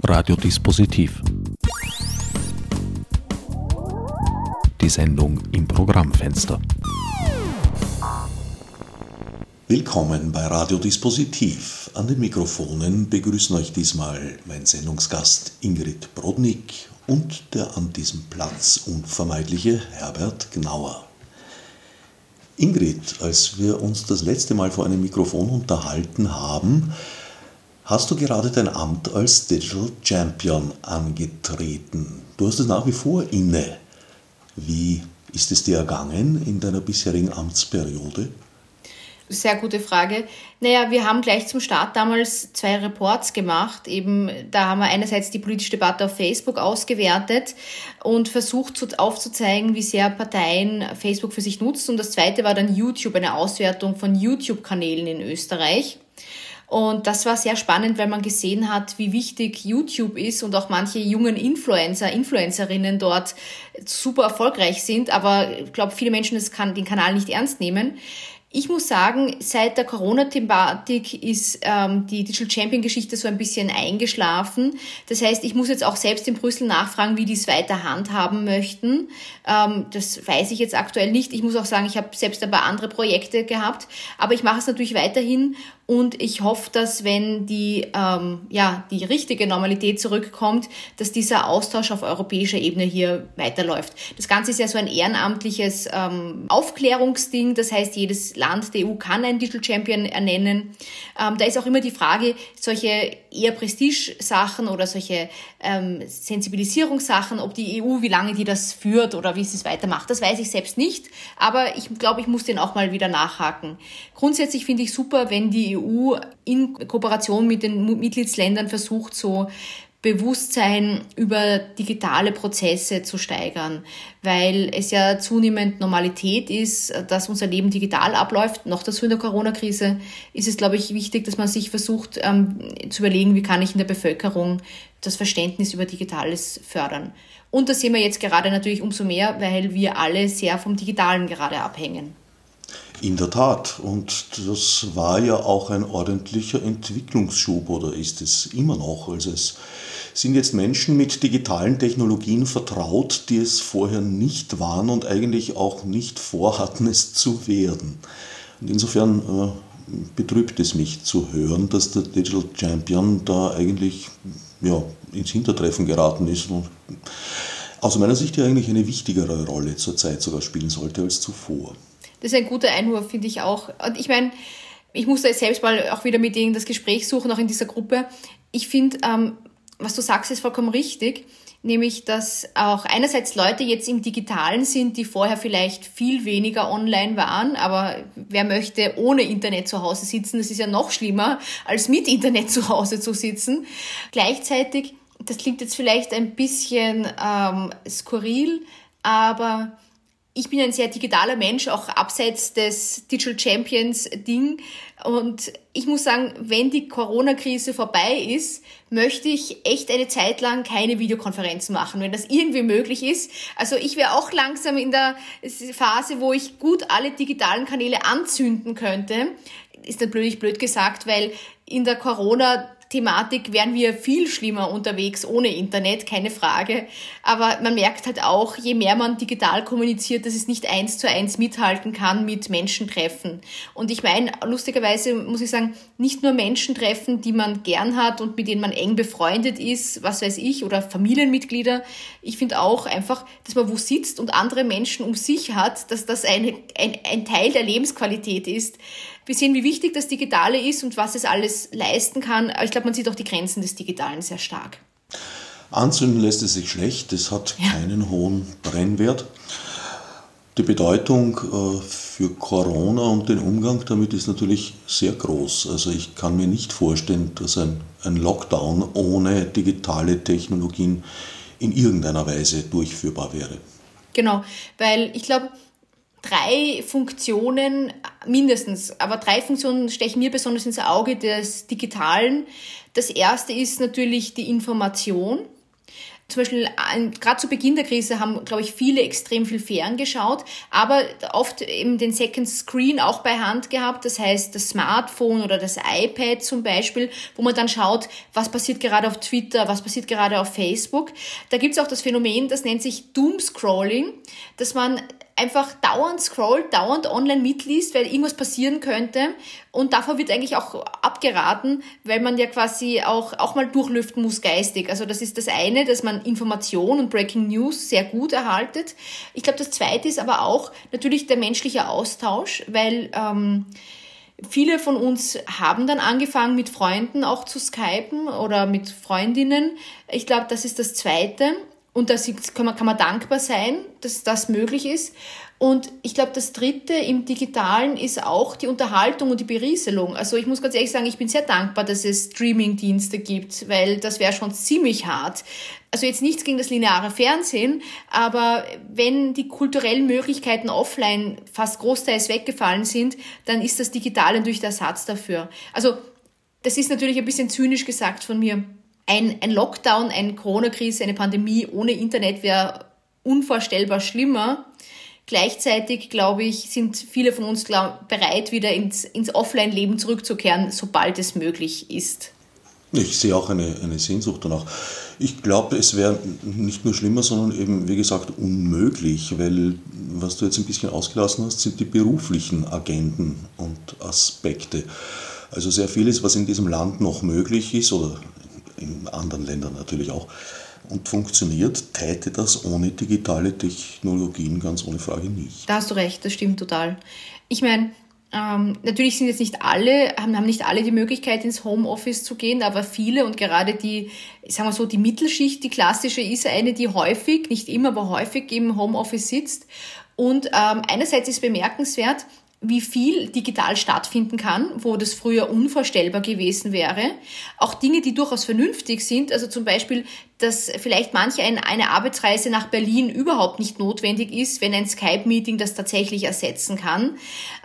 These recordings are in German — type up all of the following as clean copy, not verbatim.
Radiodispositiv. Die Sendung im Programmfenster. Willkommen bei Radiodispositiv. An den Mikrofonen begrüßen euch diesmal mein Sendungsgast Ingrid Brodnik und der an diesem Platz unvermeidliche Herbert Gnauer. Ingrid, als wir uns das letzte Mal vor einem Mikrofon unterhalten haben, hast du gerade dein Amt als Digital Champion angetreten. Du hast es nach wie vor inne. Wie ist es dir ergangen in deiner bisherigen Amtsperiode? Sehr gute Frage. Naja, wir haben gleich zum Start damals 2 Reports gemacht. Da haben wir einerseits die politische Debatte auf Facebook ausgewertet und versucht aufzuzeigen, wie sehr Parteien Facebook für sich nutzen. Und das zweite war dann YouTube, eine Auswertung von YouTube-Kanälen in Österreich. Und das war sehr spannend, weil man gesehen hat, wie wichtig YouTube ist und auch manche jungen Influencerinnen dort super erfolgreich sind. Aber ich glaube, viele Menschen den Kanal nicht ernst nehmen. Ich muss sagen, seit der Corona-Thematik ist die Digital Champion-Geschichte so ein bisschen eingeschlafen. Das heißt, ich muss jetzt auch selbst in Brüssel nachfragen, wie die es weiter handhaben möchten. Das weiß ich jetzt aktuell nicht. Ich muss auch sagen, ich habe selbst ein paar andere Projekte gehabt, aber ich mache es natürlich weiterhin. Und ich hoffe, dass wenn die richtige Normalität zurückkommt, dass dieser Austausch auf europäischer Ebene hier weiterläuft. Das Ganze ist ja so ein ehrenamtliches Aufklärungsding. Das heißt, jedes Land der EU kann einen Digital Champion ernennen. Da ist auch immer die Frage, solche eher Prestige-Sachen oder solche Sensibilisierungssachen, ob die EU, wie lange die das führt oder wie sie es weitermacht. Das weiß ich selbst nicht, aber ich glaube, ich muss den auch mal wieder nachhaken. Grundsätzlich finde ich super, wenn die EU in Kooperation mit den Mitgliedsländern versucht, so Bewusstsein über digitale Prozesse zu steigern, weil es ja zunehmend Normalität ist, dass unser Leben digital abläuft. Noch dazu in der Corona-Krise ist es, glaube ich, wichtig, dass man sich versucht zu überlegen, wie kann ich in der Bevölkerung das Verständnis über Digitales fördern. Und das sehen wir jetzt gerade natürlich umso mehr, weil wir alle sehr vom Digitalen gerade abhängen. In der Tat, und das war ja auch ein ordentlicher Entwicklungsschub oder ist es immer noch. Also es sind jetzt Menschen mit digitalen Technologien vertraut, die es vorher nicht waren und eigentlich auch nicht vorhatten, es zu werden. Und insofern betrübt es mich zu hören, dass der Digital Champion da eigentlich ins Hintertreffen geraten ist und aus meiner Sicht ja eigentlich eine wichtigere Rolle zurzeit sogar spielen sollte als zuvor. Das ist ein guter Einwurf, finde ich auch. Und ich meine, ich muss da jetzt selbst mal auch wieder mit denen das Gespräch suchen, auch in dieser Gruppe. Ich finde, was du sagst, ist vollkommen richtig. Nämlich, dass auch einerseits Leute jetzt im Digitalen sind, die vorher vielleicht viel weniger online waren. Aber wer möchte ohne Internet zu Hause sitzen? Das ist ja noch schlimmer, als mit Internet zu Hause zu sitzen. Gleichzeitig, das klingt jetzt vielleicht ein bisschen skurril, aber ich bin ein sehr digitaler Mensch, auch abseits des Digital Champions Ding. Und ich muss sagen, wenn die Corona-Krise vorbei ist, möchte ich echt eine Zeit lang keine Videokonferenzen machen, wenn das irgendwie möglich ist. Also ich wäre auch langsam in der Phase, wo ich gut alle digitalen Kanäle anzünden könnte. Ist natürlich blöd gesagt, weil in der Corona-Thematik wären wir viel schlimmer unterwegs ohne Internet, keine Frage. Aber man merkt halt auch, je mehr man digital kommuniziert, dass es nicht 1:1 mithalten kann mit Menschentreffen. Und ich meine, lustigerweise muss ich sagen, nicht nur Menschentreffen, die man gern hat und mit denen man eng befreundet ist, was weiß ich, oder Familienmitglieder. Ich finde auch einfach, dass man wo sitzt und andere Menschen um sich hat, dass das ein Teil der Lebensqualität ist. Wir sehen, wie wichtig das Digitale ist und was es alles leisten kann. Aber ich glaube, man sieht auch die Grenzen des Digitalen sehr stark. Anzünden lässt es sich schlecht, es hat keinen hohen Brennwert. Die Bedeutung für Corona und den Umgang damit ist natürlich sehr groß. Also ich kann mir nicht vorstellen, dass ein Lockdown ohne digitale Technologien in irgendeiner Weise durchführbar wäre. Genau, weil ich glaube, 3 Funktionen mindestens, aber 3 Funktionen stechen mir besonders ins Auge des Digitalen. Das erste ist natürlich die Information. Zum Beispiel gerade zu Beginn der Krise haben, glaube ich, viele extrem viel ferngeschaut, aber oft eben den Second Screen auch bei Hand gehabt, das heißt das Smartphone oder das iPad zum Beispiel, wo man dann schaut, was passiert gerade auf Twitter, was passiert gerade auf Facebook. Da gibt es auch das Phänomen, das nennt sich Doomscrolling, dass man einfach dauernd scrollt, dauernd online mitliest, weil irgendwas passieren könnte. Und davor wird eigentlich auch abgeraten, weil man ja quasi auch mal durchlüften muss geistig. Also das ist das eine, dass man Information und Breaking News sehr gut erhaltet. Ich glaube, das zweite ist aber auch natürlich der menschliche Austausch, weil viele von uns haben dann angefangen, mit Freunden auch zu skypen oder mit Freundinnen. Ich glaube, das ist das zweite. Und da kann man dankbar sein, dass das möglich ist. Und ich glaube, das dritte im Digitalen ist auch die Unterhaltung und die Berieselung. Also ich muss ganz ehrlich sagen, ich bin sehr dankbar, dass es Streaming-Dienste gibt, weil das wäre schon ziemlich hart. Also jetzt nichts gegen das lineare Fernsehen, aber wenn die kulturellen Möglichkeiten offline fast großteils weggefallen sind, dann ist das Digitale natürlich der Ersatz dafür. Also das ist natürlich ein bisschen zynisch gesagt von mir. Ein Lockdown, eine Corona-Krise, eine Pandemie ohne Internet wäre unvorstellbar schlimmer. Gleichzeitig, glaube ich, sind viele von uns bereit, wieder ins Offline-Leben zurückzukehren, sobald es möglich ist. Ich sehe auch eine Sehnsucht danach. Ich glaube, es wäre nicht nur schlimmer, sondern eben, wie gesagt, unmöglich, weil was du jetzt ein bisschen ausgelassen hast, sind die beruflichen Agenden und Aspekte. Also sehr vieles, was in diesem Land noch möglich ist oder in anderen Ländern natürlich auch, und funktioniert, täte das ohne digitale Technologien ganz ohne Frage nicht. Da hast du recht, das stimmt total. Ich meine, natürlich sind jetzt nicht alle, haben nicht alle die Möglichkeit, ins Homeoffice zu gehen, aber viele und gerade die, sagen wir so, die Mittelschicht, die klassische, ist eine, die häufig, nicht immer, aber häufig im Homeoffice sitzt. Und einerseits ist bemerkenswert, wie viel digital stattfinden kann, wo das früher unvorstellbar gewesen wäre. Auch Dinge, die durchaus vernünftig sind, also zum Beispiel, dass vielleicht manche eine Arbeitsreise nach Berlin überhaupt nicht notwendig ist, wenn ein Skype-Meeting das tatsächlich ersetzen kann.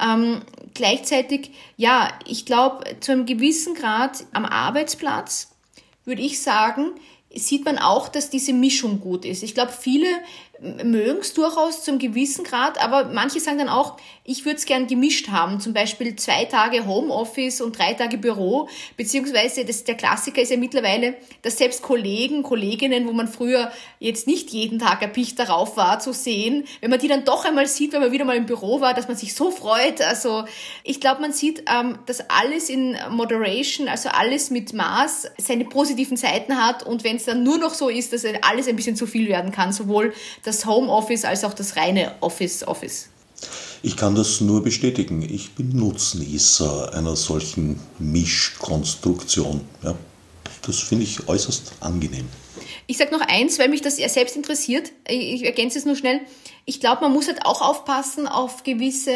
Gleichzeitig, ja, ich glaube, zu einem gewissen Grad am Arbeitsplatz würde ich sagen, sieht man auch, dass diese Mischung gut ist. Ich glaube, viele mögen es durchaus zum gewissen Grad, aber manche sagen dann auch, ich würde es gern gemischt haben, zum Beispiel 2 Tage Homeoffice und 3 Tage Büro, beziehungsweise der Klassiker ist ja mittlerweile, dass selbst Kollegen, Kolleginnen, wo man früher jetzt nicht jeden Tag erpicht darauf war zu sehen, wenn man die dann doch einmal sieht, wenn man wieder mal im Büro war, dass man sich so freut. Also ich glaube, man sieht, dass alles in Moderation, also alles mit Maß, seine positiven Seiten hat, und wenn es dann nur noch so ist, dass alles ein bisschen zu viel werden kann, sowohl das Homeoffice als auch das reine Office. Ich kann das nur bestätigen. Ich bin Nutznießer einer solchen Mischkonstruktion. Ja, das finde ich äußerst angenehm. Ich sage noch eins, weil mich das ja selbst interessiert. Ich ergänze es nur schnell. Ich glaube, man muss halt auch aufpassen auf gewisse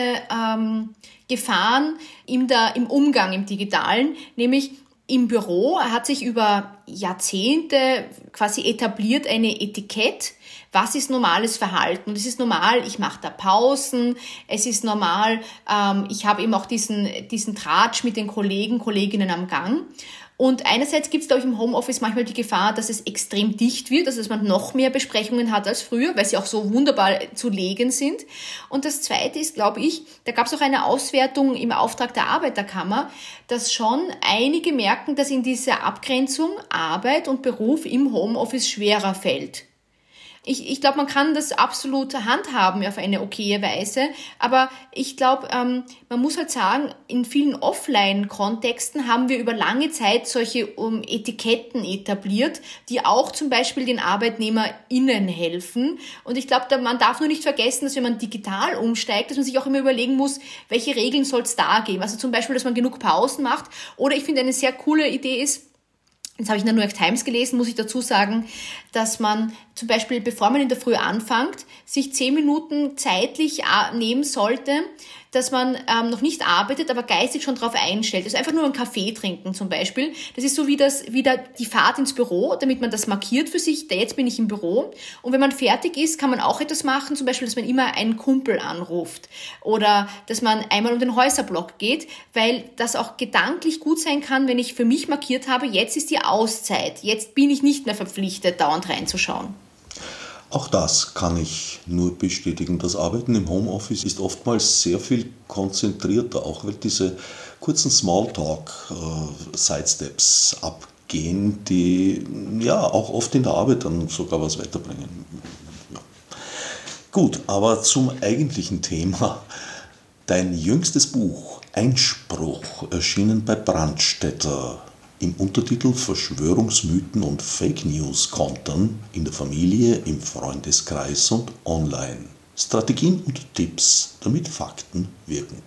Gefahren im Umgang im Digitalen, nämlich im Büro hat sich über Jahrzehnte quasi etabliert eine Etikett. Was ist normales Verhalten? Und es ist normal, ich mache da Pausen, es ist normal, ich habe eben auch diesen Tratsch mit den Kolleginnen am Gang. Und einerseits gibt es, glaube ich, im Homeoffice manchmal die Gefahr, dass es extrem dicht wird, also dass man noch mehr Besprechungen hat als früher, weil sie auch so wunderbar zu legen sind. Und das Zweite ist, glaube ich, da gab es auch eine Auswertung im Auftrag der Arbeiterkammer, dass schon einige merken, dass in dieser Abgrenzung Arbeit und Beruf im Homeoffice schwerer fällt. Ich glaube, man kann das absolut handhaben auf eine okaye Weise, aber ich glaube, man muss halt sagen, in vielen Offline-Kontexten haben wir über lange Zeit solche Etiketten etabliert, die auch zum Beispiel den ArbeitnehmerInnen helfen. Und ich glaube, man darf nur nicht vergessen, dass wenn man digital umsteigt, dass man sich auch immer überlegen muss, welche Regeln soll es da geben. Also zum Beispiel, dass man genug Pausen macht. Oder ich finde, eine sehr coole Idee ist, das habe ich in der New York Times gelesen, muss ich dazu sagen, dass man zum Beispiel, bevor man in der Früh anfängt, sich 10 Minuten zeitlich nehmen sollte, dass man noch nicht arbeitet, aber geistig schon darauf einstellt. Also einfach nur einen Kaffee trinken zum Beispiel. Das ist so wie die Fahrt ins Büro, damit man das markiert für sich. Jetzt bin ich im Büro. Und wenn man fertig ist, kann man auch etwas machen, zum Beispiel, dass man immer einen Kumpel anruft oder dass man einmal um den Häuserblock geht, weil das auch gedanklich gut sein kann, wenn ich für mich markiert habe, jetzt ist die Auszeit. Jetzt bin ich nicht mehr verpflichtet, dauernd reinzuschauen. Auch das kann ich nur bestätigen. Das Arbeiten im Homeoffice ist oftmals sehr viel konzentrierter, auch weil diese kurzen Smalltalk-Sidesteps abgehen, die ja auch oft in der Arbeit dann sogar was weiterbringen. Ja. Gut, aber zum eigentlichen Thema. Dein jüngstes Buch, Einspruch, erschienen bei Brandstätter. Im Untertitel Verschwörungsmythen und Fake News kontern in der Familie, im Freundeskreis und online. Strategien und Tipps, damit Fakten wirken.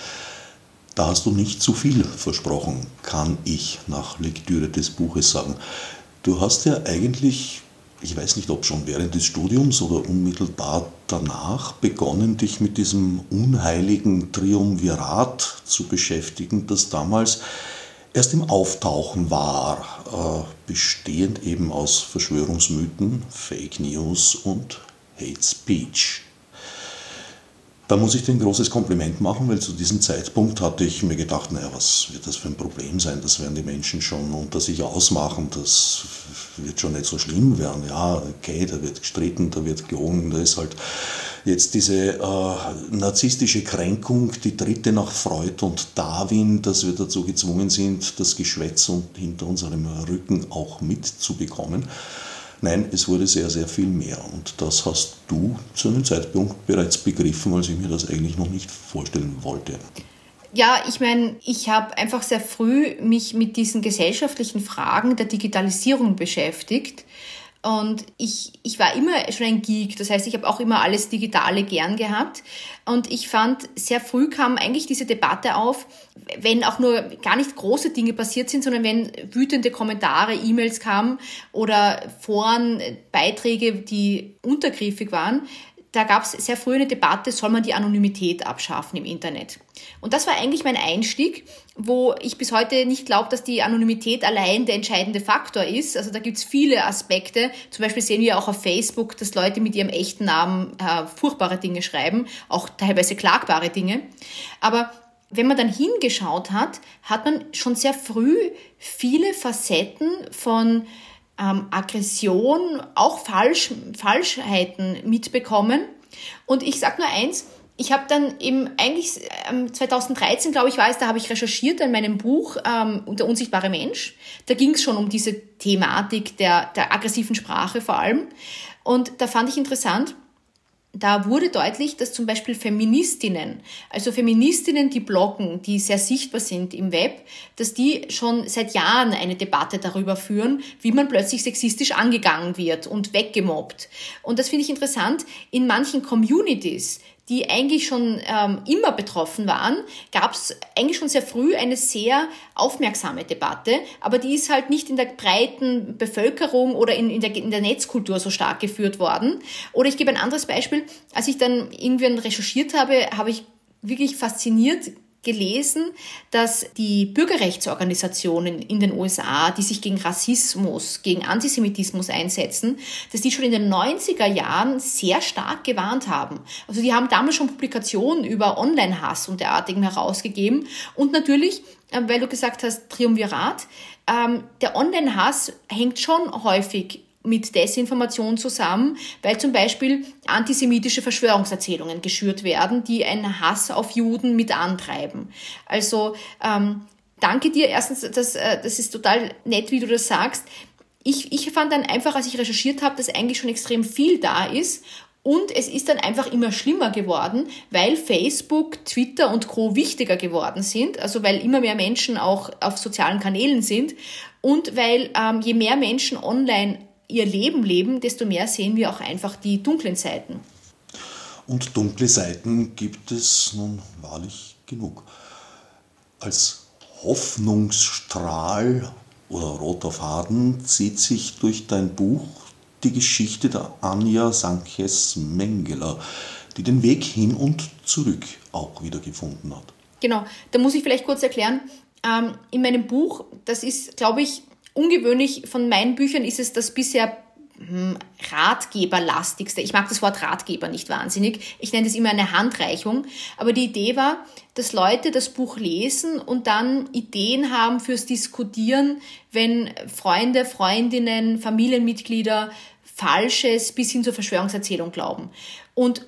Da hast du nicht zu viel versprochen, kann ich nach Lektüre des Buches sagen. Du hast ja eigentlich, ich weiß nicht, ob schon während des Studiums oder unmittelbar danach, begonnen, dich mit diesem unheiligen Triumvirat zu beschäftigen, das damals erst im Auftauchen war, bestehend eben aus Verschwörungsmythen, Fake News und Hate Speech. Da muss ich dir ein großes Kompliment machen, weil zu diesem Zeitpunkt hatte ich mir gedacht, naja, was wird das für ein Problem sein, das werden die Menschen schon unter sich ausmachen, das wird schon nicht so schlimm werden. Ja, okay, da wird gestritten, da wird gelogen, da ist halt jetzt diese narzisstische Kränkung, die dritte nach Freud und Darwin, dass wir dazu gezwungen sind, das Geschwätz hinter unserem Rücken auch mitzubekommen. Nein, es wurde sehr, sehr viel mehr und das hast du zu einem Zeitpunkt bereits begriffen, als ich mir das eigentlich noch nicht vorstellen wollte. Ja, ich meine, ich habe einfach sehr früh mich mit diesen gesellschaftlichen Fragen der Digitalisierung beschäftigt. Und ich war immer schon ein Geek, das heißt, ich habe auch immer alles Digitale gern gehabt. Und ich fand, sehr früh kam eigentlich diese Debatte auf, wenn auch nur gar nicht große Dinge passiert sind, sondern wenn wütende Kommentare, E-Mails kamen oder Foren, Beiträge, die untergriffig waren. Da gab es sehr früh eine Debatte, soll man die Anonymität abschaffen im Internet? Und das war eigentlich mein Einstieg, wo ich bis heute nicht glaube, dass die Anonymität allein der entscheidende Faktor ist. Also da gibt es viele Aspekte. Zum Beispiel sehen wir auch auf Facebook, dass Leute mit ihrem echten Namen furchtbare Dinge schreiben, auch teilweise klagbare Dinge. Aber wenn man dann hingeschaut hat, hat man schon sehr früh viele Facetten von Aggression, auch Falschheiten mitbekommen. Und ich sage nur eins, ich habe dann eben eigentlich 2013, glaube ich, war es, da habe ich recherchiert an meinem Buch Der unsichtbare Mensch. Da ging es schon um diese Thematik der aggressiven Sprache vor allem. Und da fand ich interessant, da wurde deutlich, dass zum Beispiel Feministinnen, die bloggen, die sehr sichtbar sind im Web, dass die schon seit Jahren eine Debatte darüber führen, wie man plötzlich sexistisch angegangen wird und weggemobbt. Und das finde ich interessant. In manchen Communities, die eigentlich schon immer betroffen waren, gab es eigentlich schon sehr früh eine sehr aufmerksame Debatte, aber die ist halt nicht in der breiten Bevölkerung oder in der Netzkultur so stark geführt worden. Oder ich gebe ein anderes Beispiel. Als ich dann irgendwann recherchiert habe, habe ich wirklich fasziniert gelesen, dass die Bürgerrechtsorganisationen in den USA, die sich gegen Rassismus, gegen Antisemitismus einsetzen, dass die schon in den 90er Jahren sehr stark gewarnt haben. Also die haben damals schon Publikationen über Online-Hass und derartigem herausgegeben. Und natürlich, weil du gesagt hast, Triumvirat, der Online-Hass hängt schon häufig mit Desinformation zusammen, weil zum Beispiel antisemitische Verschwörungserzählungen geschürt werden, die einen Hass auf Juden mit antreiben. Also danke dir erstens, das ist total nett, wie du das sagst. Ich fand dann einfach, als ich recherchiert habe, dass eigentlich schon extrem viel da ist. Und es ist dann einfach immer schlimmer geworden, weil Facebook, Twitter und Co. wichtiger geworden sind, also weil immer mehr Menschen auch auf sozialen Kanälen sind und weil je mehr Menschen online ihr Leben leben, desto mehr sehen wir auch einfach die dunklen Seiten. Und dunkle Seiten gibt es nun wahrlich genug. Als Hoffnungsstrahl oder roter Faden zieht sich durch dein Buch die Geschichte der Anja Sankes-Mengeler, die den Weg hin und zurück auch wieder gefunden hat. Genau, da muss ich vielleicht kurz erklären, in meinem Buch, das ist, glaube ich, ungewöhnlich, von meinen Büchern ist es das bisher ratgeberlastigste. Ich mag das Wort Ratgeber nicht wahnsinnig. Ich nenne das immer eine Handreichung. Aber die Idee war, dass Leute das Buch lesen und dann Ideen haben fürs Diskutieren, wenn Freunde, Freundinnen, Familienmitglieder Falsches bis hin zur Verschwörungserzählung glauben. Und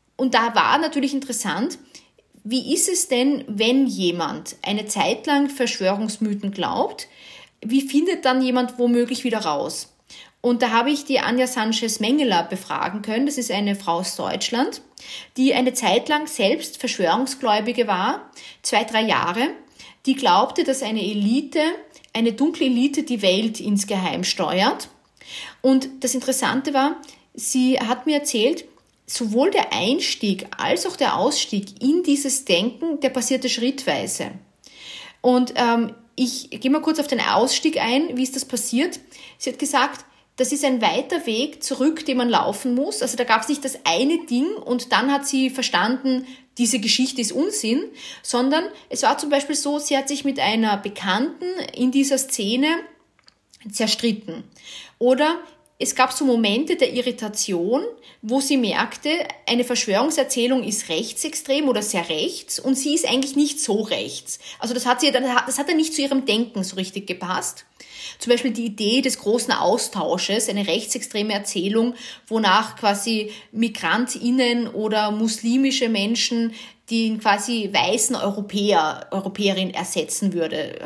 da war natürlich interessant, wie ist es denn, wenn jemand eine Zeit lang Verschwörungsmythen glaubt? Wie findet dann jemand womöglich wieder raus? Und da habe ich die Anja Sanchez-Mengeler befragen können. Das ist eine Frau aus Deutschland, die eine Zeit lang selbst Verschwörungsgläubige war, 2-3 Jahre. Die glaubte, dass eine Elite, eine dunkle Elite, die Welt insgeheim steuert. Und das Interessante war, sie hat mir erzählt, sowohl der Einstieg als auch der Ausstieg in dieses Denken, der passierte schrittweise. Und ich gehe mal kurz auf den Ausstieg ein, wie ist das passiert. Sie hat gesagt, das ist ein weiter Weg zurück, den man laufen muss. Also da gab es nicht das eine Ding und dann hat sie verstanden, diese Geschichte ist Unsinn, sondern es war zum Beispiel so, sie hat sich mit einer Bekannten in dieser Szene zerstritten. Oder es gab so Momente der Irritation, wo sie merkte, eine Verschwörungserzählung ist rechtsextrem oder sehr rechts und sie ist eigentlich nicht so rechts. Also das hat dann nicht zu ihrem Denken so richtig gepasst. Zum Beispiel die Idee des großen Austausches, eine rechtsextreme Erzählung, wonach quasi MigrantInnen oder muslimische Menschen den quasi weißen Europäerin ersetzen würde.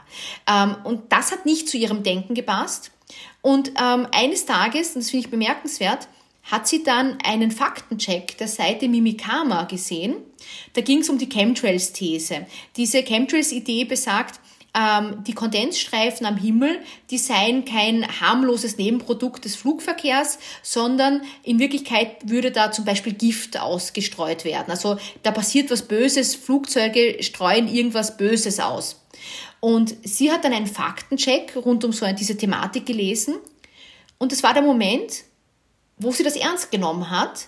Ja. Und das hat nicht zu ihrem Denken gepasst. Und eines Tages, und das finde ich bemerkenswert, hat sie dann einen Faktencheck der Seite Mimikama gesehen. Da ging es um die Chemtrails-These. Diese Chemtrails-Idee besagt, die Kondensstreifen am Himmel, die seien kein harmloses Nebenprodukt des Flugverkehrs, sondern in Wirklichkeit würde da zum Beispiel Gift ausgestreut werden. Also da passiert was Böses, Flugzeuge streuen irgendwas Böses aus. Und sie hat dann einen Faktencheck rund um diese Thematik gelesen und das war der Moment, wo sie das ernst genommen hat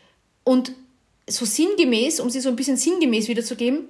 und so sinngemäß, um sie so ein bisschen sinngemäß wiederzugeben,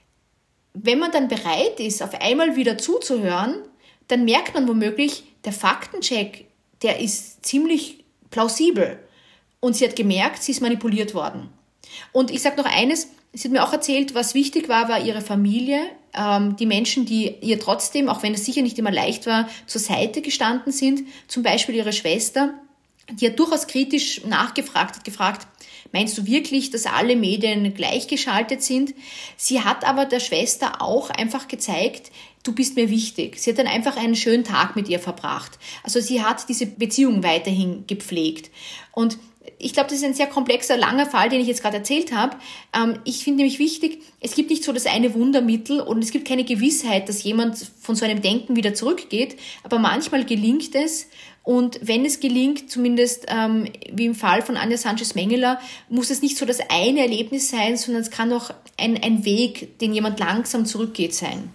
wenn man dann bereit ist, auf einmal wieder zuzuhören, dann merkt man womöglich, der Faktencheck, der ist ziemlich plausibel. Und sie hat gemerkt, sie ist manipuliert worden. Und ich sage noch eines, sie hat mir auch erzählt, was wichtig war ihre Familie, die Menschen, die ihr trotzdem, auch wenn es sicher nicht immer leicht war, zur Seite gestanden sind. Zum Beispiel ihre Schwester, die hat durchaus kritisch nachgefragt, hat gefragt, meinst du wirklich, dass alle Medien gleichgeschaltet sind? Sie hat aber der Schwester auch einfach gezeigt, du bist mir wichtig. Sie hat dann einfach einen schönen Tag mit ihr verbracht. Also sie hat diese Beziehung weiterhin gepflegt. Und ich glaube, das ist ein sehr komplexer, langer Fall, den ich jetzt gerade erzählt habe. Ich finde nämlich wichtig, es gibt nicht so das eine Wundermittel und es gibt keine Gewissheit, dass jemand von so einem Denken wieder zurückgeht. Aber manchmal gelingt es. Und wenn es gelingt, zumindest wie im Fall von Anja Sanchez-Mengeler, muss es nicht so das eine Erlebnis sein, sondern es kann auch ein Weg, den jemand langsam zurückgeht, sein.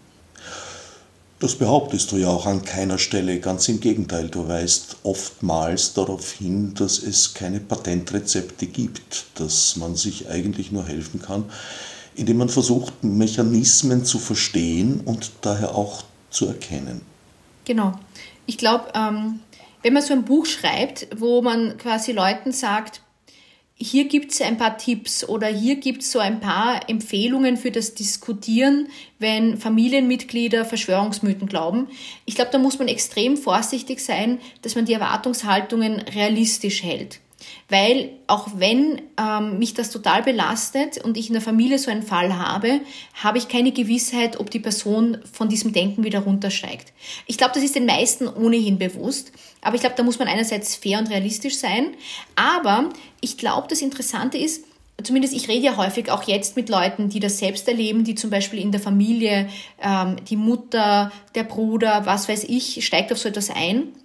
Das behauptest du ja auch an keiner Stelle, ganz im Gegenteil. Du weist oftmals darauf hin, dass es keine Patentrezepte gibt, dass man sich eigentlich nur helfen kann, indem man versucht, Mechanismen zu verstehen und daher auch zu erkennen. Genau. Ich glaube, wenn man so ein Buch schreibt, wo man quasi Leuten sagt, hier gibt es ein paar Tipps oder hier gibt es so ein paar Empfehlungen für das Diskutieren, wenn Familienmitglieder Verschwörungsmythen glauben. Ich glaube, da muss man extrem vorsichtig sein, dass man die Erwartungshaltungen realistisch hält. Weil auch wenn mich das total belastet und ich in der Familie so einen Fall habe, habe ich keine Gewissheit, ob die Person von diesem Denken wieder runtersteigt. Ich glaube, das ist den meisten ohnehin bewusst. Aber ich glaube, da muss man einerseits fair und realistisch sein. Aber ich glaube, das Interessante ist, zumindest ich rede ja häufig auch jetzt mit Leuten, die das selbst erleben, die zum Beispiel in der Familie, die Mutter, der Bruder, was weiß ich, steigt auf so etwas ein.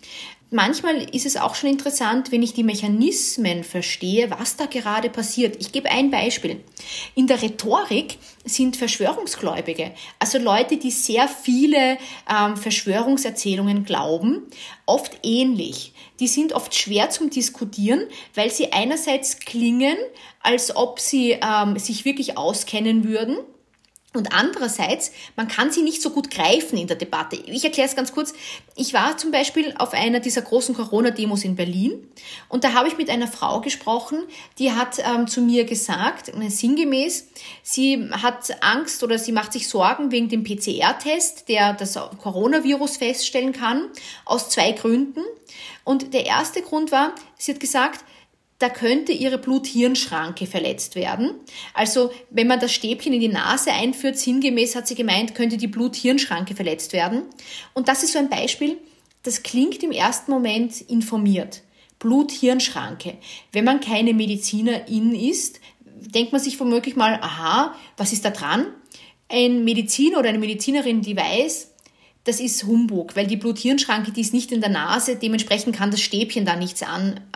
Manchmal ist es auch schon interessant, wenn ich die Mechanismen verstehe, was da gerade passiert. Ich gebe ein Beispiel. In der Rhetorik sind Verschwörungsgläubige, also Leute, die sehr viele Verschwörungserzählungen glauben, oft ähnlich. Die sind oft schwer zum Diskutieren, weil sie einerseits klingen, als ob sie sich wirklich auskennen würden. Und andererseits, man kann sie nicht so gut greifen in der Debatte. Ich erkläre es ganz kurz. Ich war zum Beispiel auf einer dieser großen Corona-Demos in Berlin und da habe ich mit einer Frau gesprochen, die hat zu mir gesagt, sinngemäß, sie hat Angst oder sie macht sich Sorgen wegen dem PCR-Test, der das Coronavirus feststellen kann, aus 2 Gründen. Und der erste Grund war, sie hat gesagt, da könnte ihre Blut-Hirn-Schranke verletzt werden. Also wenn man das Stäbchen in die Nase einführt, sinngemäß hat sie gemeint, könnte die Blut-Hirn-Schranke verletzt werden. Und das ist so ein Beispiel, das klingt im ersten Moment informiert. Blut-Hirn-Schranke. Wenn man keine Medizinerin ist, denkt man sich womöglich mal, aha, was ist da dran? Ein Mediziner oder eine Medizinerin, die weiß, das ist Humbug, weil die Blut-Hirn-Schranke, die ist nicht in der Nase, dementsprechend kann das Stäbchen da nichts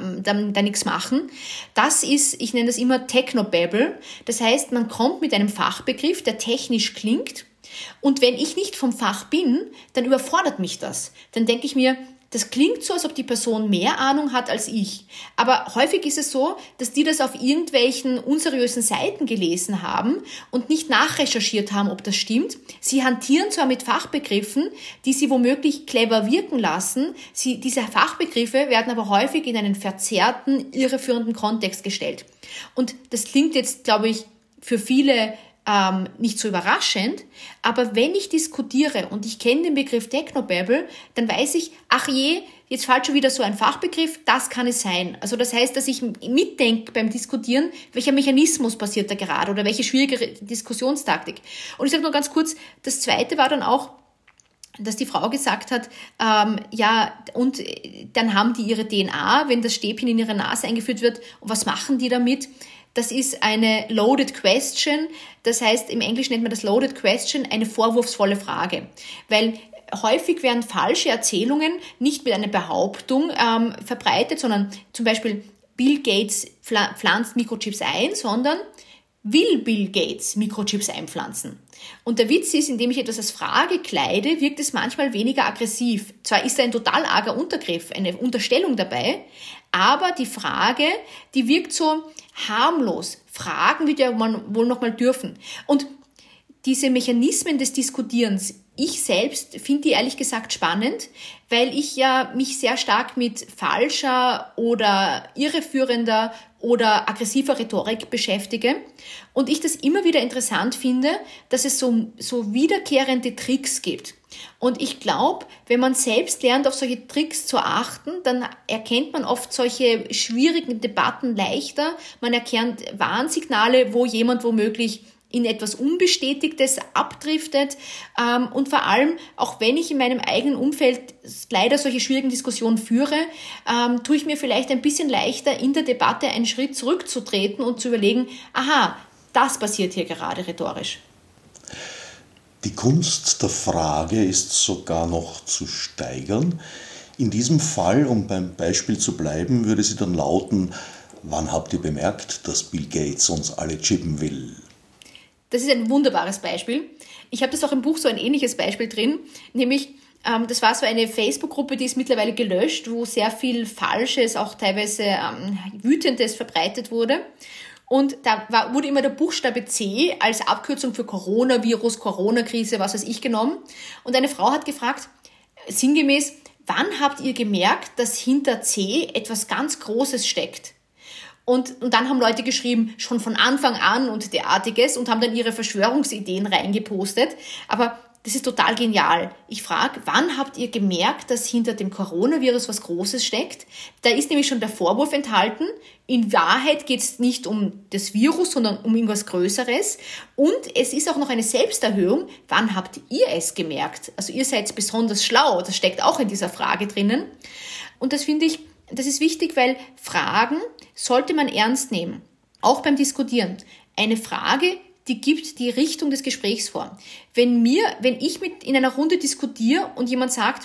da nichts machen. Das ist, ich nenne das immer Technobabble. Das heißt, man kommt mit einem Fachbegriff, der technisch klingt. Und wenn ich nicht vom Fach bin, dann überfordert mich das. Dann denke ich mir, das klingt so, als ob die Person mehr Ahnung hat als ich. Aber häufig ist es so, dass die das auf irgendwelchen unseriösen Seiten gelesen haben und nicht nachrecherchiert haben, ob das stimmt. Sie hantieren zwar mit Fachbegriffen, die sie womöglich clever wirken lassen. Diese Fachbegriffe werden aber häufig in einen verzerrten, irreführenden Kontext gestellt. Und das klingt jetzt, glaube ich, für viele nicht so überraschend, aber wenn ich diskutiere und ich kenne den Begriff Technobabble, dann weiß ich, ach je, jetzt fällt schon wieder so ein Fachbegriff, das kann es sein. Also das heißt, dass ich mitdenke beim Diskutieren, welcher Mechanismus passiert da gerade oder welche schwierige Diskussionstaktik. Und ich sage nur ganz kurz, das Zweite war dann auch, dass die Frau gesagt hat, ja, und dann haben die ihre DNA, wenn das Stäbchen in ihre Nase eingeführt wird, und was machen die damit? Das ist eine loaded question, das heißt, im Englischen nennt man das loaded question, eine vorwurfsvolle Frage, weil häufig werden falsche Erzählungen nicht mit einer Behauptung verbreitet, sondern zum Beispiel Bill Gates pflanzt Mikrochips ein, sondern will Bill Gates Mikrochips einpflanzen? Und der Witz ist, indem ich etwas als Frage kleide, wirkt es manchmal weniger aggressiv. Zwar ist da ein total arger Untergriff, eine Unterstellung dabei, aber die Frage, die wirkt so harmlos. Fragen wird ja man wohl noch mal dürfen. Und diese Mechanismen des Diskutierens, ich selbst finde die ehrlich gesagt spannend, weil ich ja mich sehr stark mit falscher oder irreführender oder aggressiver Rhetorik beschäftige und ich das immer wieder interessant finde, dass es so wiederkehrende Tricks gibt. Und ich glaube, wenn man selbst lernt, auf solche Tricks zu achten, dann erkennt man oft solche schwierigen Debatten leichter. Man erkennt Warnsignale, wo jemand womöglich in etwas Unbestätigtes abdriftet und vor allem, auch wenn ich in meinem eigenen Umfeld leider solche schwierigen Diskussionen führe, tue ich mir vielleicht ein bisschen leichter, in der Debatte einen Schritt zurückzutreten und zu überlegen, aha, das passiert hier gerade rhetorisch. Die Kunst der Frage ist sogar noch zu steigern. In diesem Fall, um beim Beispiel zu bleiben, würde sie dann lauten, wann habt ihr bemerkt, dass Bill Gates uns alle chippen will? Das ist ein wunderbares Beispiel. Ich habe das auch im Buch so ein ähnliches Beispiel drin, nämlich das war so eine Facebook-Gruppe, die ist mittlerweile gelöscht, wo sehr viel Falsches, auch teilweise Wütendes verbreitet wurde. Und da wurde immer der Buchstabe C als Abkürzung für Coronavirus, Corona-Krise, was weiß ich, genommen. Und eine Frau hat gefragt, sinngemäß, wann habt ihr gemerkt, dass hinter C etwas ganz Großes steckt? Und dann haben Leute geschrieben, schon von Anfang an und derartiges und haben dann ihre Verschwörungsideen reingepostet. Aber das ist total genial. Ich frage, wann habt ihr gemerkt, dass hinter dem Coronavirus was Großes steckt? Da ist nämlich schon der Vorwurf enthalten. In Wahrheit geht es nicht um das Virus, sondern um irgendwas Größeres. Und es ist auch noch eine Selbsterhöhung. Wann habt ihr es gemerkt? Also ihr seid besonders schlau. Das steckt auch in dieser Frage drinnen. Und das finde ich, das ist wichtig, weil Fragen sollte man ernst nehmen. Auch beim Diskutieren. Eine Frage, die gibt die Richtung des Gesprächs vor. Wenn ich in einer Runde diskutiere und jemand sagt,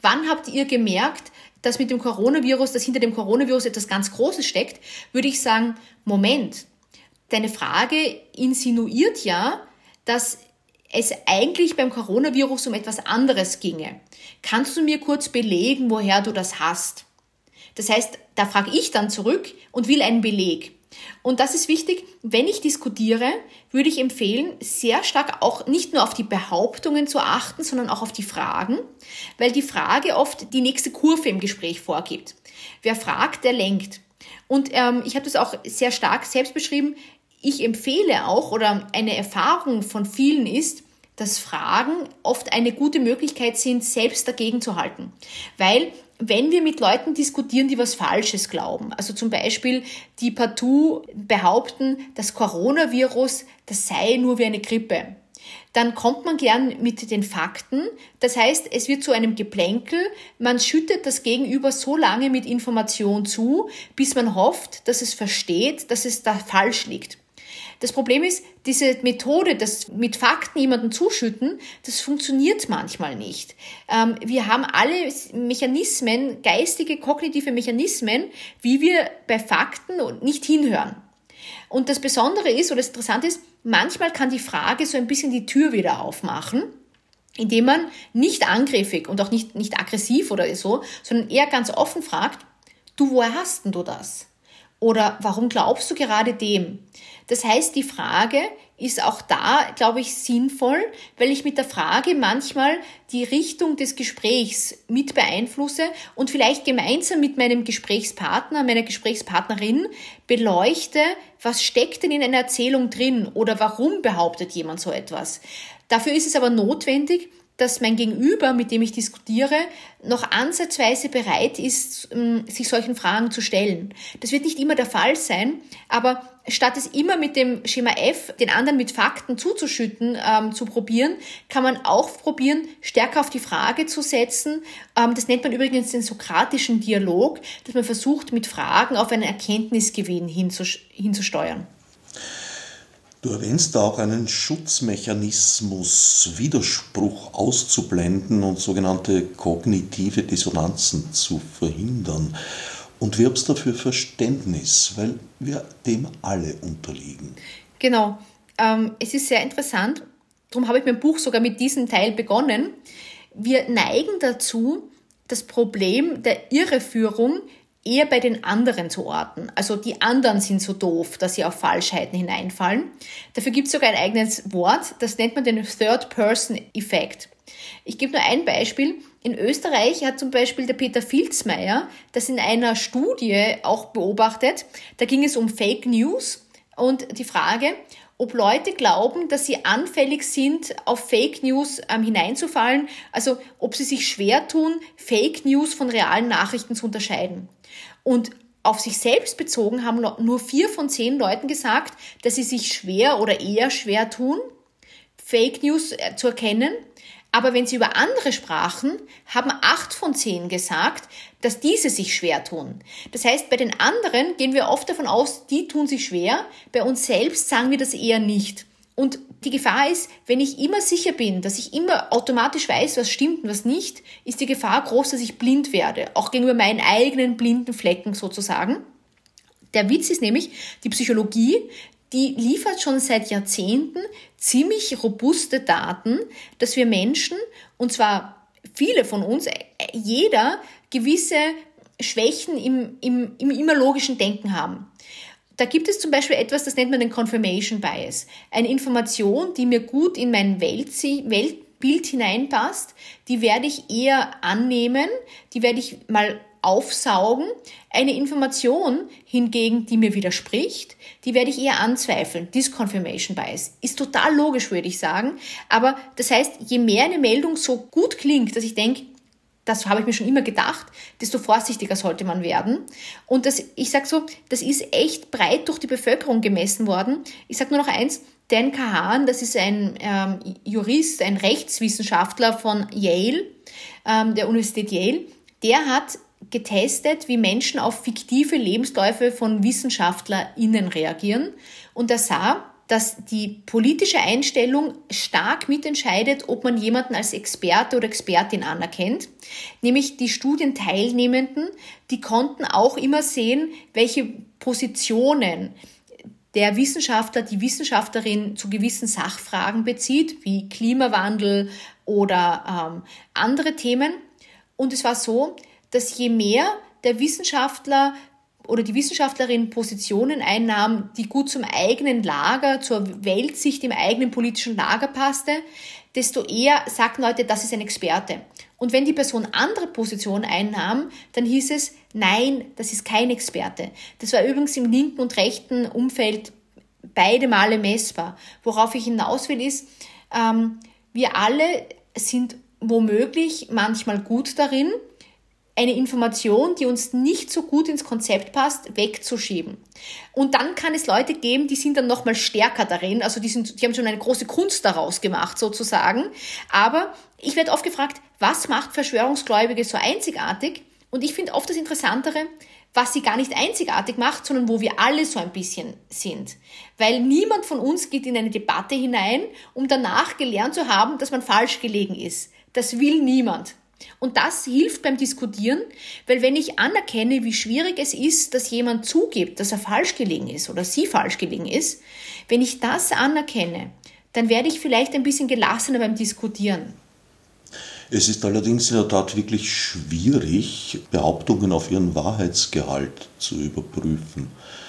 wann habt ihr gemerkt, dass mit dem Coronavirus, dass hinter dem Coronavirus etwas ganz Großes steckt, würde ich sagen, Moment, deine Frage insinuiert ja, dass es eigentlich beim Coronavirus um etwas anderes ginge. Kannst du mir kurz belegen, woher du das hast? Das heißt, da frage ich dann zurück und will einen Beleg. Und das ist wichtig, wenn ich diskutiere, würde ich empfehlen, sehr stark auch nicht nur auf die Behauptungen zu achten, sondern auch auf die Fragen, weil die Frage oft die nächste Kurve im Gespräch vorgibt. Wer fragt, der lenkt. Und ich habe das auch sehr stark selbst beschrieben. Ich empfehle auch, oder eine Erfahrung von vielen ist, dass Fragen oft eine gute Möglichkeit sind, selbst dagegen zu halten. Weil wenn wir mit Leuten diskutieren, die was Falsches glauben, also zum Beispiel die partout behaupten, das Coronavirus, das sei nur wie eine Grippe, dann kommt man gern mit den Fakten. Das heißt, es wird zu einem Geplänkel, man schüttet das Gegenüber so lange mit Information zu, bis man hofft, dass es versteht, dass es da falsch liegt. Das Problem ist, diese Methode, das mit Fakten jemanden zuschütten, das funktioniert manchmal nicht. Wir haben alle Mechanismen, geistige, kognitive Mechanismen, wie wir bei Fakten nicht hinhören. Und das Besondere ist, oder das Interessante ist, manchmal kann die Frage so ein bisschen die Tür wieder aufmachen, indem man nicht angriffig und auch nicht aggressiv oder so, sondern eher ganz offen fragt, du, woher hast denn du das? Oder warum glaubst du gerade dem? Das heißt, die Frage ist auch da, glaube ich, sinnvoll, weil ich mit der Frage manchmal die Richtung des Gesprächs mit beeinflusse und vielleicht gemeinsam mit meinem Gesprächspartner, meiner Gesprächspartnerin beleuchte, was steckt denn in einer Erzählung drin oder warum behauptet jemand so etwas. Dafür ist es aber notwendig, dass mein Gegenüber, mit dem ich diskutiere, noch ansatzweise bereit ist, sich solchen Fragen zu stellen. Das wird nicht immer der Fall sein, aber statt es immer mit dem Schema F, den anderen mit Fakten zuzuschütten, zu probieren, kann man auch probieren, stärker auf die Frage zu setzen. Das nennt man übrigens den sokratischen Dialog, dass man versucht, mit Fragen auf einen Erkenntnisgewinn hinzusteuern. Du erwähnst auch einen Schutzmechanismus, Widerspruch auszublenden und sogenannte kognitive Dissonanzen zu verhindern. Und wirbst dafür Verständnis, weil wir dem alle unterliegen. Genau. Es ist sehr interessant. Darum habe ich mein Buch sogar mit diesem Teil begonnen. Wir neigen dazu, das Problem der Irreführung eher bei den anderen zu orten. Also die anderen sind so doof, dass sie auf Falschheiten hineinfallen. Dafür gibt es sogar ein eigenes Wort, das nennt man den Third-Person-Effekt. Ich gebe nur ein Beispiel. In Österreich hat zum Beispiel der Peter Filzmeier das in einer Studie auch beobachtet. Da ging es um Fake News und die Frage, ob Leute glauben, dass sie anfällig sind, auf Fake News hineinzufallen, also ob sie sich schwer tun, Fake News von realen Nachrichten zu unterscheiden. Und auf sich selbst bezogen haben nur 4 von 10 Leuten gesagt, dass sie sich schwer oder eher schwer tun, Fake News zu erkennen. Aber wenn sie über andere sprachen, haben 8 von 10 gesagt, dass diese sich schwer tun. Das heißt, bei den anderen gehen wir oft davon aus, die tun sich schwer. Bei uns selbst sagen wir das eher nicht. Und die Gefahr ist, wenn ich immer sicher bin, dass ich immer automatisch weiß, was stimmt und was nicht, ist die Gefahr groß, dass ich blind werde. Auch gegenüber meinen eigenen blinden Flecken sozusagen. Der Witz ist nämlich, die Psychologie, die liefert schon seit Jahrzehnten ziemlich robuste Daten, dass wir Menschen, und zwar viele von uns, jeder gewisse Schwächen im immer logischen Denken haben. Da gibt es zum Beispiel etwas, das nennt man den Confirmation Bias. Eine Information, die mir gut in mein Weltbild hineinpasst, die werde ich eher annehmen, die werde ich mal aufsaugen. Eine Information hingegen, die mir widerspricht, die werde ich eher anzweifeln. Confirmation Bias ist total logisch, würde ich sagen. Aber das heißt, je mehr eine Meldung so gut klingt, dass ich denke, das habe ich mir schon immer gedacht, desto vorsichtiger sollte man werden. Und ich sage so, das ist echt breit durch die Bevölkerung gemessen worden. Ich sage nur noch eins, Dan Kahan, das ist ein Jurist, ein Rechtswissenschaftler von Yale, der Universität Yale, der hat getestet, wie Menschen auf fiktive Lebensläufe von WissenschaftlerInnen reagieren. Und er sah, dass die politische Einstellung stark mitentscheidet, ob man jemanden als Experte oder Expertin anerkennt. Nämlich die Studienteilnehmenden, die konnten auch immer sehen, welche Positionen der Wissenschaftler, die Wissenschaftlerin zu gewissen Sachfragen bezieht, wie Klimawandel oder andere Themen. Und es war so, dass je mehr der Wissenschaftler oder die Wissenschaftlerin Positionen einnahm, die gut zum eigenen Lager, zur Weltsicht im eigenen politischen Lager passte, desto eher sagten Leute, das ist ein Experte. Und wenn die Person andere Positionen einnahm, dann hieß es, nein, das ist kein Experte. Das war übrigens im linken und rechten Umfeld beide Male messbar. Worauf ich hinaus will ist, wir alle sind womöglich manchmal gut darin, eine Information, die uns nicht so gut ins Konzept passt, wegzuschieben. Und dann kann es Leute geben, die sind dann nochmal stärker darin, also die haben schon eine große Kunst daraus gemacht sozusagen. Aber ich werde oft gefragt, was macht Verschwörungsgläubige so einzigartig? Und ich finde oft das Interessantere, was sie gar nicht einzigartig macht, sondern wo wir alle so ein bisschen sind. Weil niemand von uns geht in eine Debatte hinein, um danach gelernt zu haben, dass man falsch gelegen ist. Das will niemand. Und das hilft beim Diskutieren, weil wenn ich anerkenne, wie schwierig es ist, dass jemand zugibt, dass er falsch gelegen ist oder sie falsch gelegen ist, wenn ich das anerkenne, dann werde ich vielleicht ein bisschen gelassener beim Diskutieren. Es ist allerdings in der Tat wirklich schwierig, Behauptungen auf ihren Wahrheitsgehalt zu überprüfen.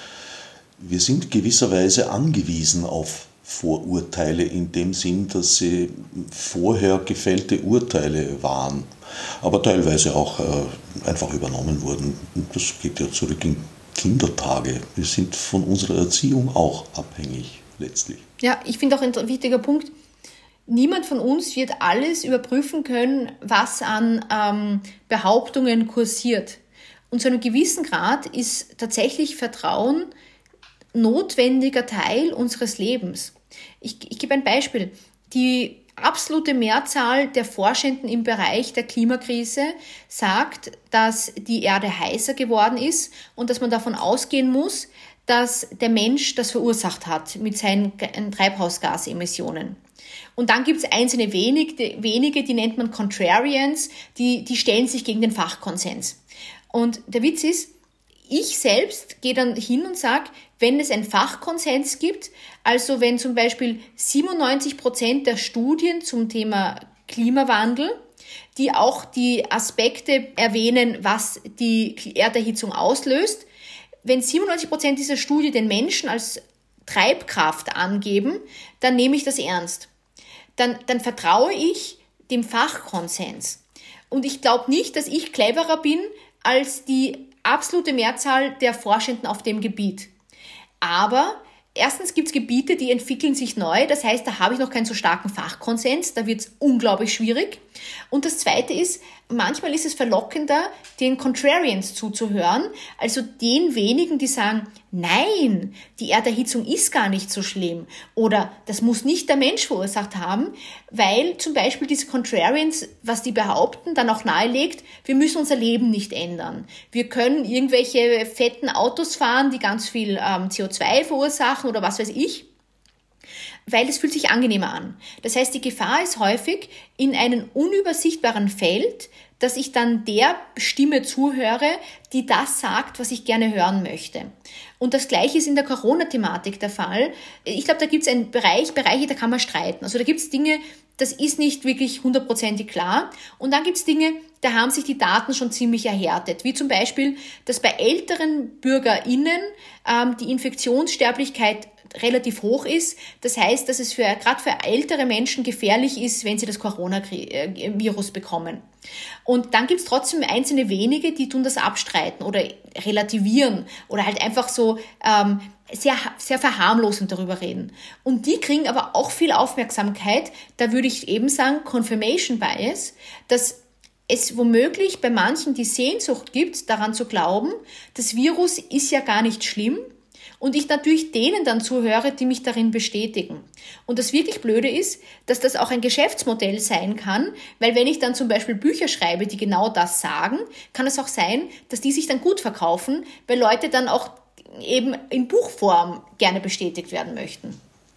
Wir sind gewisserweise angewiesen auf Vorurteile in dem Sinn, dass sie vorher gefällte Urteile waren, aber teilweise auch einfach übernommen wurden. Das geht ja zurück in Kindertage. Wir sind von unserer Erziehung auch abhängig letztlich. Ja, ich finde auch ein wichtiger Punkt, niemand von uns wird alles überprüfen können, was an Behauptungen kursiert. Und zu einem gewissen Grad ist tatsächlich Vertrauen notwendiger Teil unseres Lebens. Ich gebe ein Beispiel. Die absolute Mehrzahl der Forschenden im Bereich der Klimakrise sagt, dass die Erde heißer geworden ist und dass man davon ausgehen muss, dass der Mensch das verursacht hat mit seinen Treibhausgasemissionen. Und dann gibt es einzelne wenige, die nennt man Contrarians, die stellen sich gegen den Fachkonsens. Und der Witz ist, ich selbst gehe dann hin und sage, wenn es einen Fachkonsens gibt, also wenn zum Beispiel 97% der Studien zum Thema Klimawandel, die auch die Aspekte erwähnen, was die Erderhitzung auslöst, wenn 97% dieser Studie den Menschen als Treibkraft angeben, dann nehme ich das ernst. Dann vertraue ich dem Fachkonsens. Und ich glaube nicht, dass ich cleverer bin als die absolute Mehrzahl der Forschenden auf dem Gebiet. Aber erstens gibt es Gebiete, die entwickeln sich neu. Das heißt, da habe ich noch keinen so starken Fachkonsens. Da wird es unglaublich schwierig. Und das Zweite ist, manchmal ist es verlockender, den Contrarians zuzuhören. Also den wenigen, die sagen, nein, die Erderhitzung ist gar nicht so schlimm. Oder das muss nicht der Mensch verursacht haben. Weil zum Beispiel diese Contrarians, was die behaupten, dann auch nahelegt, wir müssen unser Leben nicht ändern. Wir können irgendwelche fetten Autos fahren, die ganz viel CO2 verursachen oder was weiß ich. Weil es fühlt sich angenehmer an. Das heißt, die Gefahr ist häufig in einem unübersichtbaren Feld, dass ich dann der Stimme zuhöre, die das sagt, was ich gerne hören möchte. Und das Gleiche ist in der Corona-Thematik der Fall. Ich glaube, da gibt es einen Bereiche, da kann man streiten. Also da gibt es Dinge, das ist nicht wirklich hundertprozentig klar. Und dann gibt es Dinge, da haben sich die Daten schon ziemlich erhärtet. Wie zum Beispiel, dass bei älteren BürgerInnen die Infektionssterblichkeit relativ hoch ist. Das heißt, dass es gerade für ältere Menschen gefährlich ist, wenn sie das Coronavirus bekommen. Und dann gibt es trotzdem einzelne wenige, die tun das abstreiten oder relativieren oder halt einfach so sehr, sehr verharmlosend darüber reden. Und die kriegen aber auch viel Aufmerksamkeit. Da würde ich eben sagen, Confirmation Bias, dass es womöglich bei manchen die Sehnsucht gibt, daran zu glauben, das Virus ist ja gar nicht schlimm. Und ich natürlich denen dann zuhöre, die mich darin bestätigen. Und das wirklich Blöde ist, dass das auch ein Geschäftsmodell sein kann, weil wenn ich dann zum Beispiel Bücher schreibe, die genau das sagen, kann es auch sein, dass die sich dann gut verkaufen, weil Leute dann auch eben in Buchform gerne bestätigt werden möchten.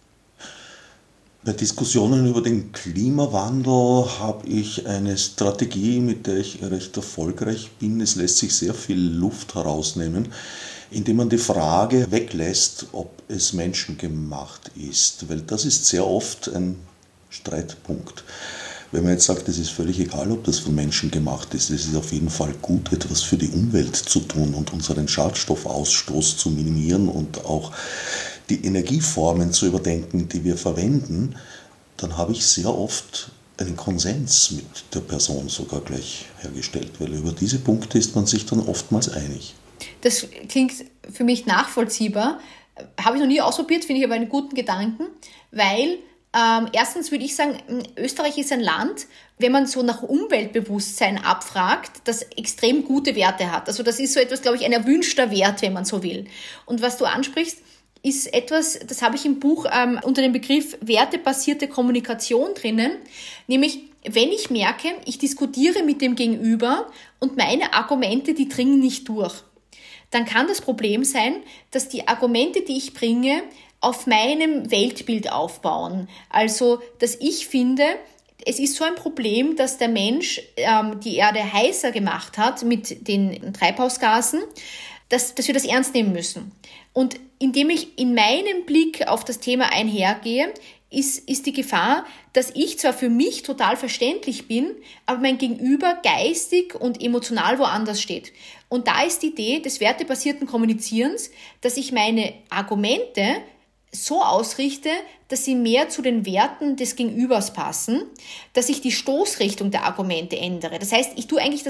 Bei Diskussionen über den Klimawandel habe ich eine Strategie, mit der ich recht erfolgreich bin. Es lässt sich sehr viel Luft herausnehmen, indem man die Frage weglässt, ob es menschengemacht ist. Weil das ist sehr oft ein Streitpunkt. Wenn man jetzt sagt, es ist völlig egal, ob das von Menschen gemacht ist, es ist auf jeden Fall gut, etwas für die Umwelt zu tun und unseren Schadstoffausstoß zu minimieren und auch die Energieformen zu überdenken, die wir verwenden, dann habe ich sehr oft einen Konsens mit der Person sogar gleich hergestellt, weil über diese Punkte ist man sich dann oftmals einig. Das klingt für mich nachvollziehbar. Habe ich noch nie ausprobiert, finde ich aber einen guten Gedanken, weil erstens würde ich sagen, Österreich ist ein Land, wenn man so nach Umweltbewusstsein abfragt, das extrem gute Werte hat. Also das ist so etwas, glaube ich, ein erwünschter Wert, wenn man so will. Und was du ansprichst, ist etwas, das habe ich im Buch unter dem Begriff wertebasierte Kommunikation drinnen, nämlich wenn ich merke, ich diskutiere mit dem Gegenüber und meine Argumente, die dringen nicht durch, dann kann das Problem sein, dass die Argumente, die ich bringe, auf meinem Weltbild aufbauen. Also, dass ich finde, es ist so ein Problem, dass der Mensch die Erde heißer gemacht hat mit den Treibhausgasen, dass wir das ernst nehmen müssen. Und indem ich in meinem Blick auf das Thema einhergehe, ist die Gefahr, dass ich zwar für mich total verständlich bin, aber mein Gegenüber geistig und emotional woanders steht. Und da ist die Idee des wertebasierten Kommunizierens, dass ich meine Argumente so ausrichte, dass sie mehr zu den Werten des Gegenübers passen, dass ich die Stoßrichtung der Argumente ändere. Das heißt,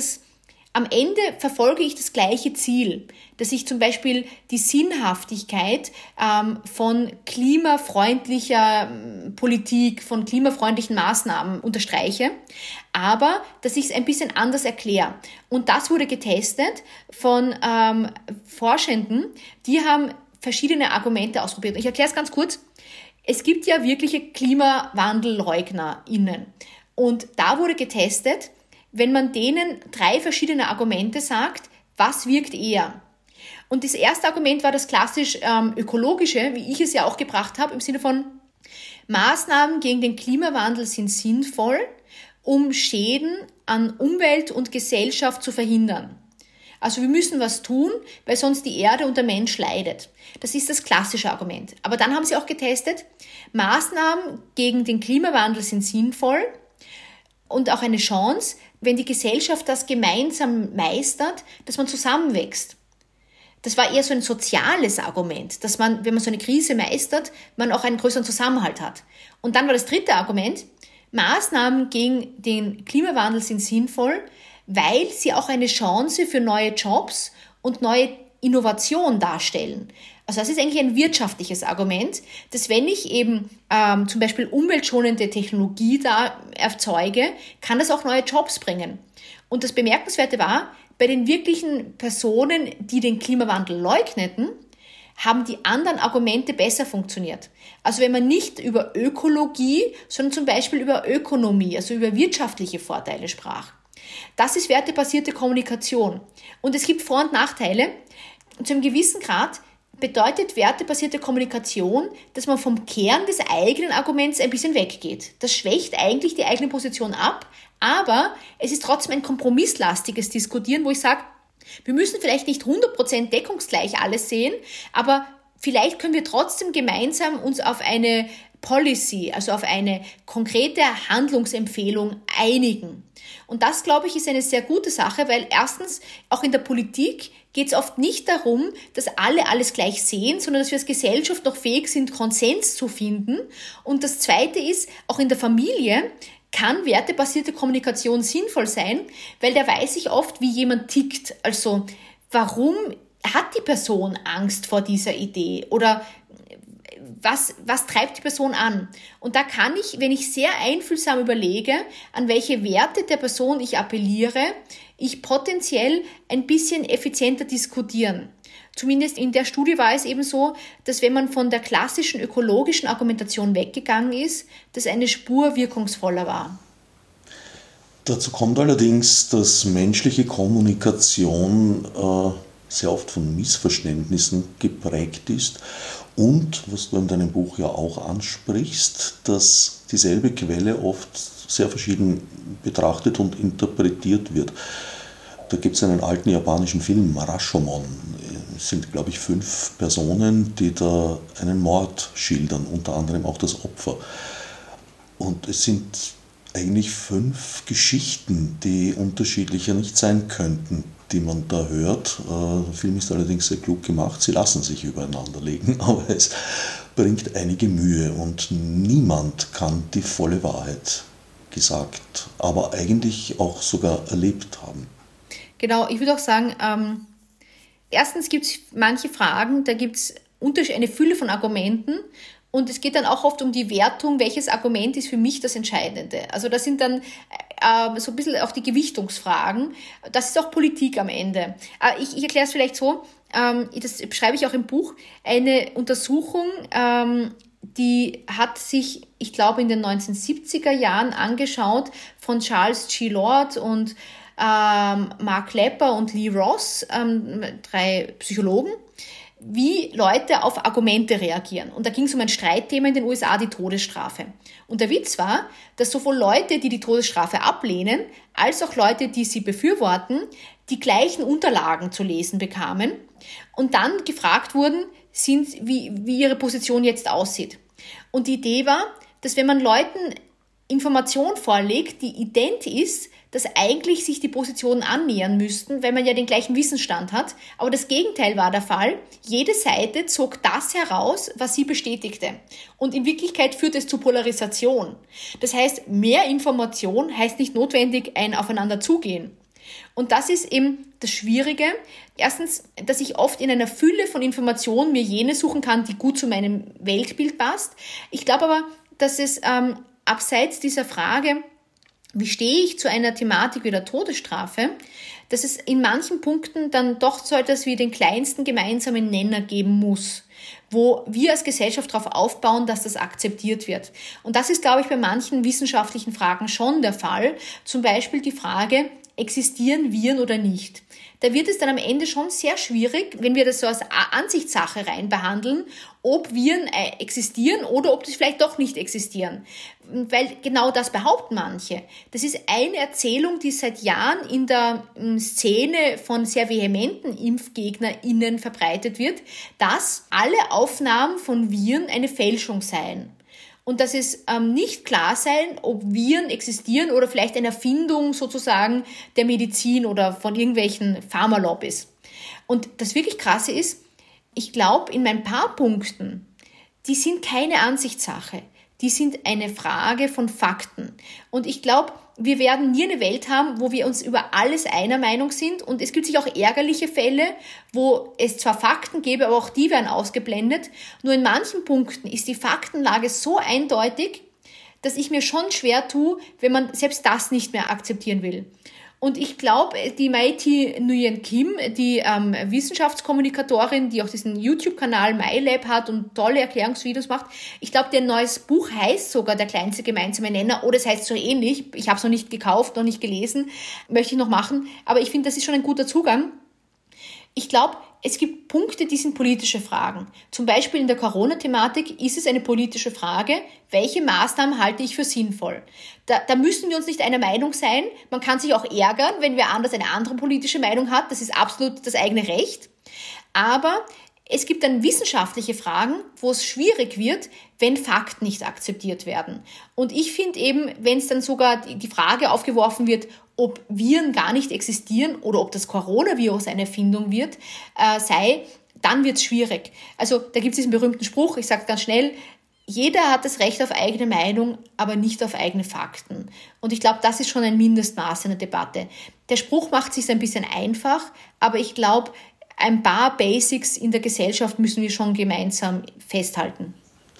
am Ende verfolge ich das gleiche Ziel, dass ich zum Beispiel die Sinnhaftigkeit von klimafreundlicher Politik, von klimafreundlichen Maßnahmen unterstreiche, aber dass ich es ein bisschen anders erkläre. Und das wurde getestet von Forschenden, die haben verschiedene Argumente ausprobiert. Ich erkläre es ganz kurz. Es gibt ja wirkliche KlimawandelleugnerInnen. Und da wurde getestet, wenn man denen 3 verschiedene Argumente sagt, was wirkt eher? Und das erste Argument war das klassisch ökologische, wie ich es ja auch gebracht habe, im Sinne von Maßnahmen gegen den Klimawandel sind sinnvoll, um Schäden an Umwelt und Gesellschaft zu verhindern. Also wir müssen was tun, weil sonst die Erde und der Mensch leidet. Das ist das klassische Argument. Aber dann haben sie auch getestet, Maßnahmen gegen den Klimawandel sind sinnvoll und auch eine Chance, wenn die Gesellschaft das gemeinsam meistert, dass man zusammenwächst. Das war eher so ein soziales Argument, dass man, wenn man so eine Krise meistert, man auch einen größeren Zusammenhalt hat. Und dann war das dritte Argument, Maßnahmen gegen den Klimawandel sind sinnvoll, weil sie auch eine Chance für neue Jobs und neue Innovation darstellen. Also das ist eigentlich ein wirtschaftliches Argument, dass wenn ich eben zum Beispiel umweltschonende Technologie da erzeuge, kann das auch neue Jobs bringen. Und das Bemerkenswerte war, bei den wirklichen Personen, die den Klimawandel leugneten, haben die anderen Argumente besser funktioniert. Also wenn man nicht über Ökologie, sondern zum Beispiel über Ökonomie, also über wirtschaftliche Vorteile sprach. Das ist wertebasierte Kommunikation. Und es gibt Vor- und Nachteile. Zu einem gewissen Grad bedeutet wertebasierte Kommunikation, dass man vom Kern des eigenen Arguments ein bisschen weggeht. Das schwächt eigentlich die eigene Position ab, aber es ist trotzdem ein kompromisslastiges Diskutieren, wo ich sage, wir müssen vielleicht nicht 100% deckungsgleich alles sehen, aber vielleicht können wir trotzdem gemeinsam uns auf eine Policy, also auf eine konkrete Handlungsempfehlung einigen. Und das, glaube ich, ist eine sehr gute Sache, weil erstens, auch in der Politik geht es oft nicht darum, dass alle alles gleich sehen, sondern dass wir als Gesellschaft noch fähig sind, Konsens zu finden. Und das Zweite ist, auch in der Familie kann wertebasierte Kommunikation sinnvoll sein, weil da weiß ich oft, wie jemand tickt. Also, warum hat die Person Angst vor dieser Idee? Oder was treibt die Person an? Und da kann ich, wenn ich sehr einfühlsam überlege, an welche Werte der Person ich appelliere, ich potenziell ein bisschen effizienter diskutieren. Zumindest in der Studie war es eben so, dass wenn man von der klassischen ökologischen Argumentation weggegangen ist, das eine Spur wirkungsvoller war. Dazu kommt allerdings, dass menschliche Kommunikation sehr oft von Missverständnissen geprägt ist und, was du in deinem Buch ja auch ansprichst, dass dieselbe Quelle oft sehr verschieden betrachtet und interpretiert wird. Da gibt es einen alten japanischen Film, Rashomon. Es sind, glaube ich, 5 Personen, die da einen Mord schildern, unter anderem auch das Opfer. Und es sind eigentlich 5 Geschichten, die unterschiedlicher nicht sein könnten, die man da hört. Der Film ist allerdings sehr klug gemacht, sie lassen sich übereinander legen, aber es bringt einige Mühe und niemand kann die volle Wahrheit gesagt, aber eigentlich auch sogar erlebt haben. Genau, ich würde auch sagen, erstens gibt es manche Fragen, da gibt es eine Fülle von Argumenten und es geht dann auch oft um die Wertung, welches Argument ist für mich das Entscheidende. Also das sind dann so ein bisschen auch die Gewichtungsfragen. Das ist auch Politik am Ende. Ich erkläre es vielleicht so, das beschreibe ich auch im Buch, eine Untersuchung, die hat sich, ich glaube, in den 1970er Jahren angeschaut von Charles G. Lord und Mark Lepper und Lee Ross, 3 Psychologen, wie Leute auf Argumente reagieren. Und da ging es um ein Streitthema in den USA, die Todesstrafe. Und der Witz war, dass sowohl Leute, die die Todesstrafe ablehnen, als auch Leute, die sie befürworten, die gleichen Unterlagen zu lesen bekamen und dann gefragt wurden, wie ihre Position jetzt aussieht. Und die Idee war, dass wenn man Leuten Information vorlegt, die ident ist, dass eigentlich sich die Positionen annähern müssten, weil man ja den gleichen Wissensstand hat. Aber das Gegenteil war der Fall. Jede Seite zog das heraus, was sie bestätigte. Und in Wirklichkeit führt es zu Polarisation. Das heißt, mehr Information heißt nicht notwendig ein Aufeinanderzugehen. Und das ist eben das Schwierige. Erstens, dass ich oft in einer Fülle von Informationen mir jene suchen kann, die gut zu meinem Weltbild passt. Ich glaube aber, dass es abseits dieser Frage, wie stehe ich zu einer Thematik wie der Todesstrafe, dass es in manchen Punkten dann doch so etwas wie den kleinsten gemeinsamen Nenner geben muss, wo wir als Gesellschaft darauf aufbauen, dass das akzeptiert wird. Und das ist, glaube ich, bei manchen wissenschaftlichen Fragen schon der Fall. Zum Beispiel die Frage, existieren Viren oder nicht? Da wird es dann am Ende schon sehr schwierig, wenn wir das so als Ansichtssache rein behandeln, ob Viren existieren oder ob das vielleicht doch nicht existieren. Weil genau das behaupten manche. Das ist eine Erzählung, die seit Jahren in der Szene von sehr vehementen ImpfgegnerInnen verbreitet wird, dass alle Aufnahmen von Viren eine Fälschung seien. Und dass es nicht klar sein, ob Viren existieren oder vielleicht eine Erfindung sozusagen der Medizin oder von irgendwelchen Pharmalobbys. Und das wirklich Krasse ist, ich glaube, in meinen paar Punkten, die sind keine Ansichtssache. Die sind eine Frage von Fakten. Und ich glaube, wir werden nie eine Welt haben, wo wir uns über alles einer Meinung sind. Und es gibt sicher auch ärgerliche Fälle, wo es zwar Fakten gäbe, aber auch die werden ausgeblendet. Nur in manchen Punkten ist die Faktenlage so eindeutig, dass ich mir schon schwer tue, wenn man selbst das nicht mehr akzeptieren will. Und ich glaube, die Maiti Nguyen Kim, die Wissenschaftskommunikatorin, die auch diesen YouTube-Kanal MyLab hat und tolle Erklärungsvideos macht, ich glaube, ihr neues Buch heißt sogar Der kleinste gemeinsame Nenner, oder es heißt so ähnlich, ich habe es noch nicht gekauft, noch nicht gelesen, möchte ich noch machen, aber ich finde, das ist schon ein guter Zugang. Ich glaube, es gibt Punkte, die sind politische Fragen. Zum Beispiel in der Corona-Thematik ist es eine politische Frage, welche Maßnahmen halte ich für sinnvoll. Da müssen wir uns nicht einer Meinung sein. Man kann sich auch ärgern, wenn wer anders eine andere politische Meinung hat. Das ist absolut das eigene Recht. Aber es gibt dann wissenschaftliche Fragen, wo es schwierig wird, wenn Fakten nicht akzeptiert werden. Und ich finde eben, wenn es dann sogar die Frage aufgeworfen wird, ob Viren gar nicht existieren oder ob das Coronavirus eine Erfindung sei, dann wird es schwierig. Also da gibt es diesen berühmten Spruch, ich sage ganz schnell, jeder hat das Recht auf eigene Meinung, aber nicht auf eigene Fakten. Und ich glaube, das ist schon ein Mindestmaß in der Debatte. Der Spruch macht es sich ein bisschen einfach, aber ich glaube, ein paar Basics in der Gesellschaft müssen wir schon gemeinsam festhalten.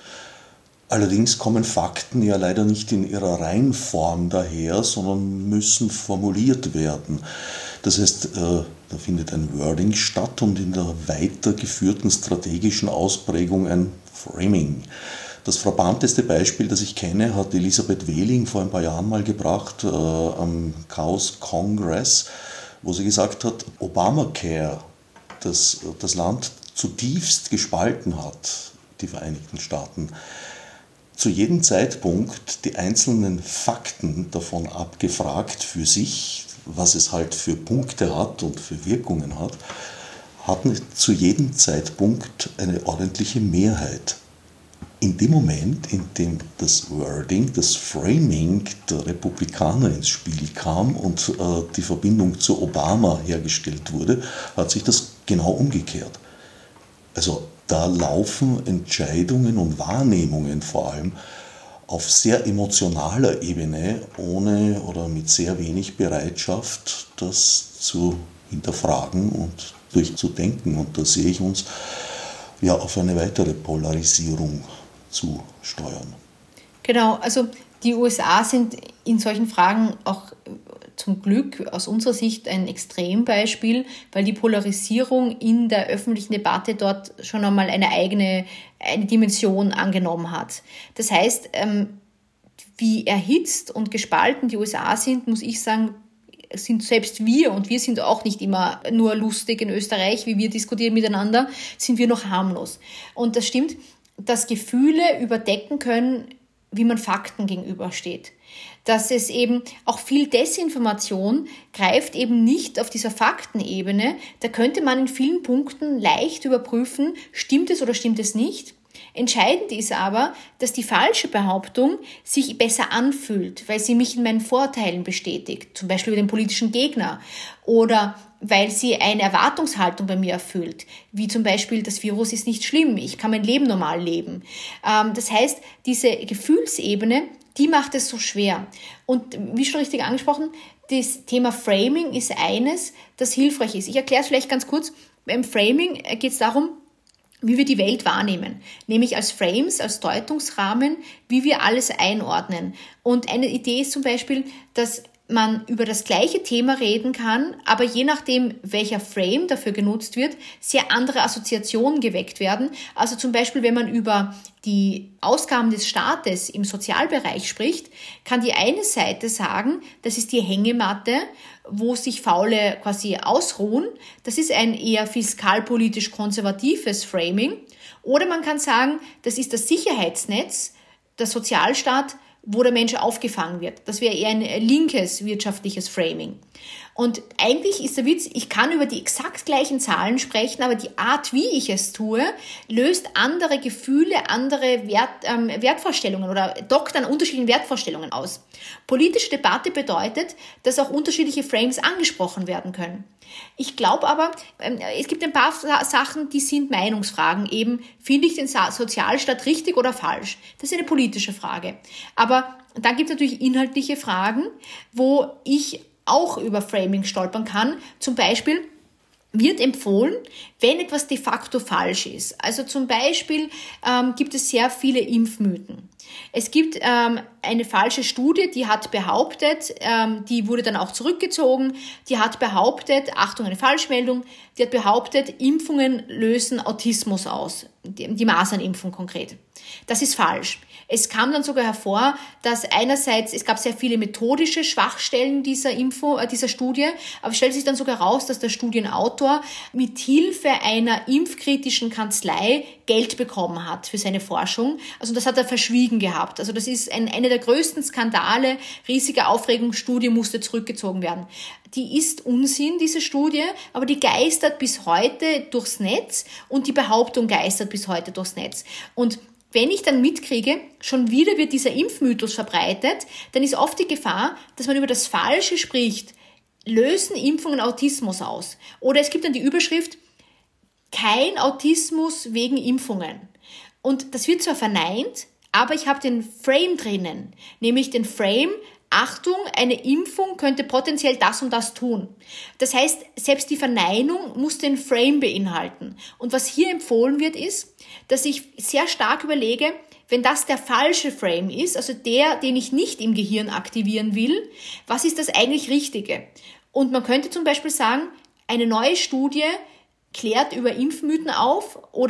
Allerdings kommen Fakten ja leider nicht in ihrer Reinform daher, sondern müssen formuliert werden. Das heißt, da findet ein Wording statt und in der weitergeführten strategischen Ausprägung ein Framing. Das frappanteste Beispiel, das ich kenne, hat Elisabeth Wehling vor ein paar Jahren mal gebracht am Chaos Congress, wo sie gesagt hat, Obamacare das Land zutiefst gespalten hat, die Vereinigten Staaten, zu jedem Zeitpunkt die einzelnen Fakten davon abgefragt für sich, was es halt für Punkte hat und für Wirkungen hat, hatten zu jedem Zeitpunkt eine ordentliche Mehrheit. In dem Moment, in dem das Wording, das Framing der Republikaner ins Spiel kam und die Verbindung zu Obama hergestellt wurde, hat sich das genau umgekehrt. Also da laufen Entscheidungen und Wahrnehmungen vor allem auf sehr emotionaler Ebene, ohne oder mit sehr wenig Bereitschaft, das zu hinterfragen und durchzudenken. Und da sehe ich uns ja auf eine weitere Polarisierung zu steuern. Genau, also die USA sind in solchen Fragen auch zum Glück aus unserer Sicht ein Extrembeispiel, weil die Polarisierung in der öffentlichen Debatte dort schon einmal eine Dimension angenommen hat. Das heißt, wie erhitzt und gespalten die USA sind, muss ich sagen, sind selbst wir, und wir sind auch nicht immer nur lustig in Österreich, wie wir diskutieren miteinander, sind wir noch harmlos. Und das stimmt, dass Gefühle überdecken können, wie man Fakten gegenübersteht. Dass es eben auch viel Desinformation greift eben nicht auf dieser Faktenebene. Da könnte man in vielen Punkten leicht überprüfen, stimmt es oder stimmt es nicht. Entscheidend ist aber, dass die falsche Behauptung sich besser anfühlt, weil sie mich in meinen Vorteilen bestätigt, zum Beispiel über den politischen Gegner, oder weil sie eine Erwartungshaltung bei mir erfüllt, wie zum Beispiel, das Virus ist nicht schlimm, ich kann mein Leben normal leben. Das heißt, diese Gefühlsebene, die macht es so schwer. Und wie schon richtig angesprochen, das Thema Framing ist eines, das hilfreich ist. Ich erkläre es vielleicht ganz kurz. Beim Framing geht es darum, wie wir die Welt wahrnehmen, nämlich als Frames, als Deutungsrahmen, wie wir alles einordnen. Und eine Idee ist zum Beispiel, dass man über das gleiche Thema reden kann, aber je nachdem, welcher Frame dafür genutzt wird, sehr andere Assoziationen geweckt werden. Also zum Beispiel, wenn man über die Ausgaben des Staates im Sozialbereich spricht, kann die eine Seite sagen, das ist die Hängematte, wo sich Faule quasi ausruhen. Das ist ein eher fiskalpolitisch konservatives Framing. Oder man kann sagen, das ist das Sicherheitsnetz, der Sozialstaat, wo der Mensch aufgefangen wird. Das wäre eher ein linkes wirtschaftliches Framing. Und eigentlich ist der Witz, ich kann über die exakt gleichen Zahlen sprechen, aber die Art, wie ich es tue, löst andere Gefühle, andere Wertvorstellungen oder dockt an unterschiedlichen Wertvorstellungen aus. Politische Debatte bedeutet, dass auch unterschiedliche Frames angesprochen werden können. Ich glaube aber, es gibt ein paar Sachen, die sind Meinungsfragen. Eben, finde ich den Sozialstaat richtig oder falsch? Das ist eine politische Frage. Aber dann gibt es natürlich inhaltliche Fragen, wo ich auch über Framing stolpern kann. Zum Beispiel wird empfohlen, wenn etwas de facto falsch ist. Also zum Beispiel gibt es sehr viele Impfmythen. Es gibt eine falsche Studie, die hat behauptet, die wurde dann auch zurückgezogen, die hat behauptet, Achtung, eine Falschmeldung, die hat behauptet, Impfungen lösen Autismus aus, die Masernimpfung konkret. Das ist falsch. Es kam dann sogar hervor, dass einerseits, es gab sehr viele methodische Schwachstellen dieser Studie, aber es stellt sich dann sogar heraus, dass der Studienautor mit Hilfe einer impfkritischen Kanzlei Geld bekommen hat für seine Forschung. Also das hat er verschwiegen gehabt. Also das ist eine der größten Skandale, riesige Aufregungsstudie musste zurückgezogen werden. Die ist Unsinn, diese Studie, aber die geistert bis heute durchs Netz und die Behauptung geistert bis heute durchs Netz. Und wenn ich dann mitkriege, schon wieder wird dieser Impfmythos verbreitet, dann ist oft die Gefahr, dass man über das Falsche spricht. Lösen Impfungen Autismus aus? Oder es gibt dann die Überschrift, kein Autismus wegen Impfungen. Und das wird zwar verneint, aber ich habe den Frame drinnen, nämlich den Frame, Achtung, eine Impfung könnte potenziell das und das tun. Das heißt, selbst die Verneinung muss den Frame beinhalten. Und was hier empfohlen wird, ist, dass ich sehr stark überlege, wenn das der falsche Frame ist, also der, den ich nicht im Gehirn aktivieren will, was ist das eigentlich Richtige? Und man könnte zum Beispiel sagen, eine neue Studie klärt über Impfmythen auf oder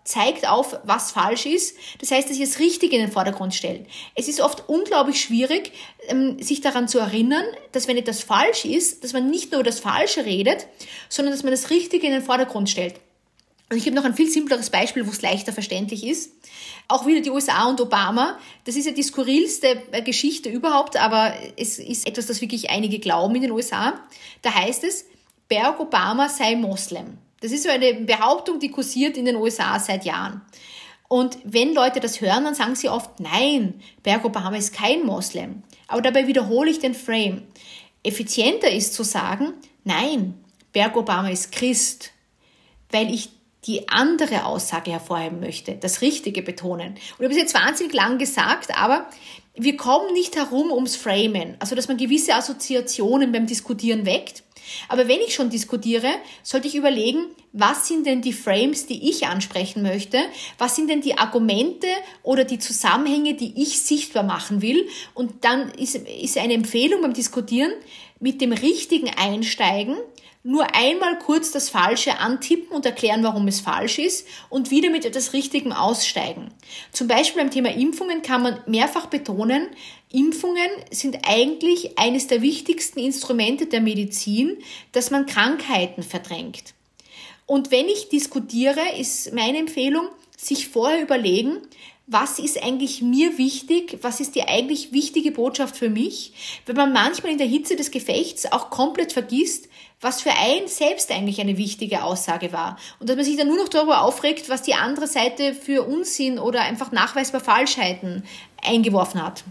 zeigt auf, was falsch ist. Das heißt, dass sie das Richtige in den Vordergrund stellt. Es ist oft unglaublich schwierig, sich daran zu erinnern, dass wenn etwas falsch ist, dass man nicht nur über das Falsche redet, sondern dass man das Richtige in den Vordergrund stellt. Und ich habe noch ein viel simpleres Beispiel, wo es leichter verständlich ist. Auch wieder die USA und Obama. Das ist ja die skurrilste Geschichte überhaupt, aber es ist etwas, das wirklich einige glauben in den USA. Da heißt es, Barack Obama sei Moslem. Das ist so eine Behauptung, die kursiert in den USA seit Jahren. Und wenn Leute das hören, dann sagen sie oft, nein, Barack Obama ist kein Moslem. Aber dabei wiederhole ich den Frame. Effizienter ist zu sagen, nein, Barack Obama ist Christ, weil ich die andere Aussage hervorheben möchte, das Richtige betonen. Und ich habe es jetzt wahnsinnig lang gesagt, aber wir kommen nicht herum ums Framen, also dass man gewisse Assoziationen beim Diskutieren weckt. Aber wenn ich schon diskutiere, sollte ich überlegen, was sind denn die Frames, die ich ansprechen möchte? Was sind denn die Argumente oder die Zusammenhänge, die ich sichtbar machen will? Und dann ist eine Empfehlung beim Diskutieren, mit dem Richtigen einsteigen, nur einmal kurz das Falsche antippen und erklären, warum es falsch ist und wieder mit etwas Richtigem aussteigen. Zum Beispiel beim Thema Impfungen kann man mehrfach betonen, Impfungen sind eigentlich eines der wichtigsten Instrumente der Medizin, dass man Krankheiten verdrängt. Und wenn ich diskutiere, ist meine Empfehlung, sich vorher überlegen, was ist eigentlich mir wichtig, was ist die eigentlich wichtige Botschaft für mich, wenn man manchmal in der Hitze des Gefechts auch komplett vergisst, was für einen selbst eigentlich eine wichtige Aussage war. Und dass man sich dann nur noch darüber aufregt, was die andere Seite für Unsinn oder einfach nachweisbar Falschheiten eingeworfen hat.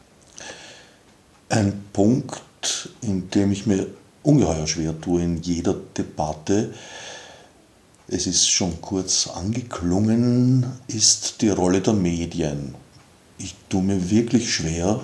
Ein Punkt, in dem ich mir ungeheuer schwer tue in jeder Debatte, es ist schon kurz angeklungen, ist die Rolle der Medien. Ich tue mir wirklich schwer,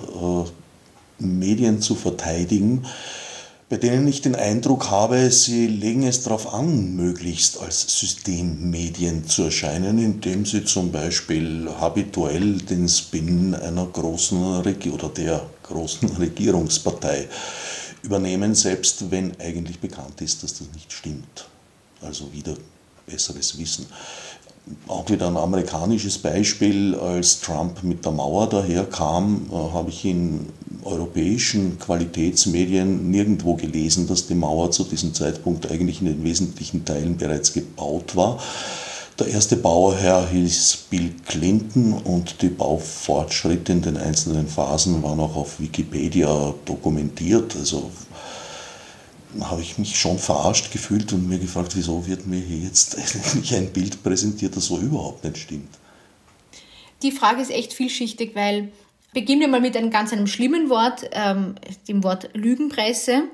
Medien zu verteidigen, bei denen ich den Eindruck habe, sie legen es darauf an, möglichst als Systemmedien zu erscheinen, indem sie zum Beispiel habituell den Spin einer großen oder der großen Regierungspartei übernehmen, selbst wenn eigentlich bekannt ist, dass das nicht stimmt. Also wieder besseres Wissen. Auch wieder ein amerikanisches Beispiel, als Trump mit der Mauer daherkam, habe ich in europäischen Qualitätsmedien nirgendwo gelesen, dass die Mauer zu diesem Zeitpunkt eigentlich in den wesentlichen Teilen bereits gebaut war. Der erste Bauherr hieß Bill Clinton und die Baufortschritte in den einzelnen Phasen waren auch auf Wikipedia dokumentiert. Also habe ich mich schon verarscht gefühlt und mir gefragt, wieso wird mir hier jetzt eigentlich ein Bild präsentiert, das so überhaupt nicht stimmt. Die Frage ist echt vielschichtig, weil beginnen wir mal mit einem ganz schlimmen Wort, dem Wort Lügenpresse,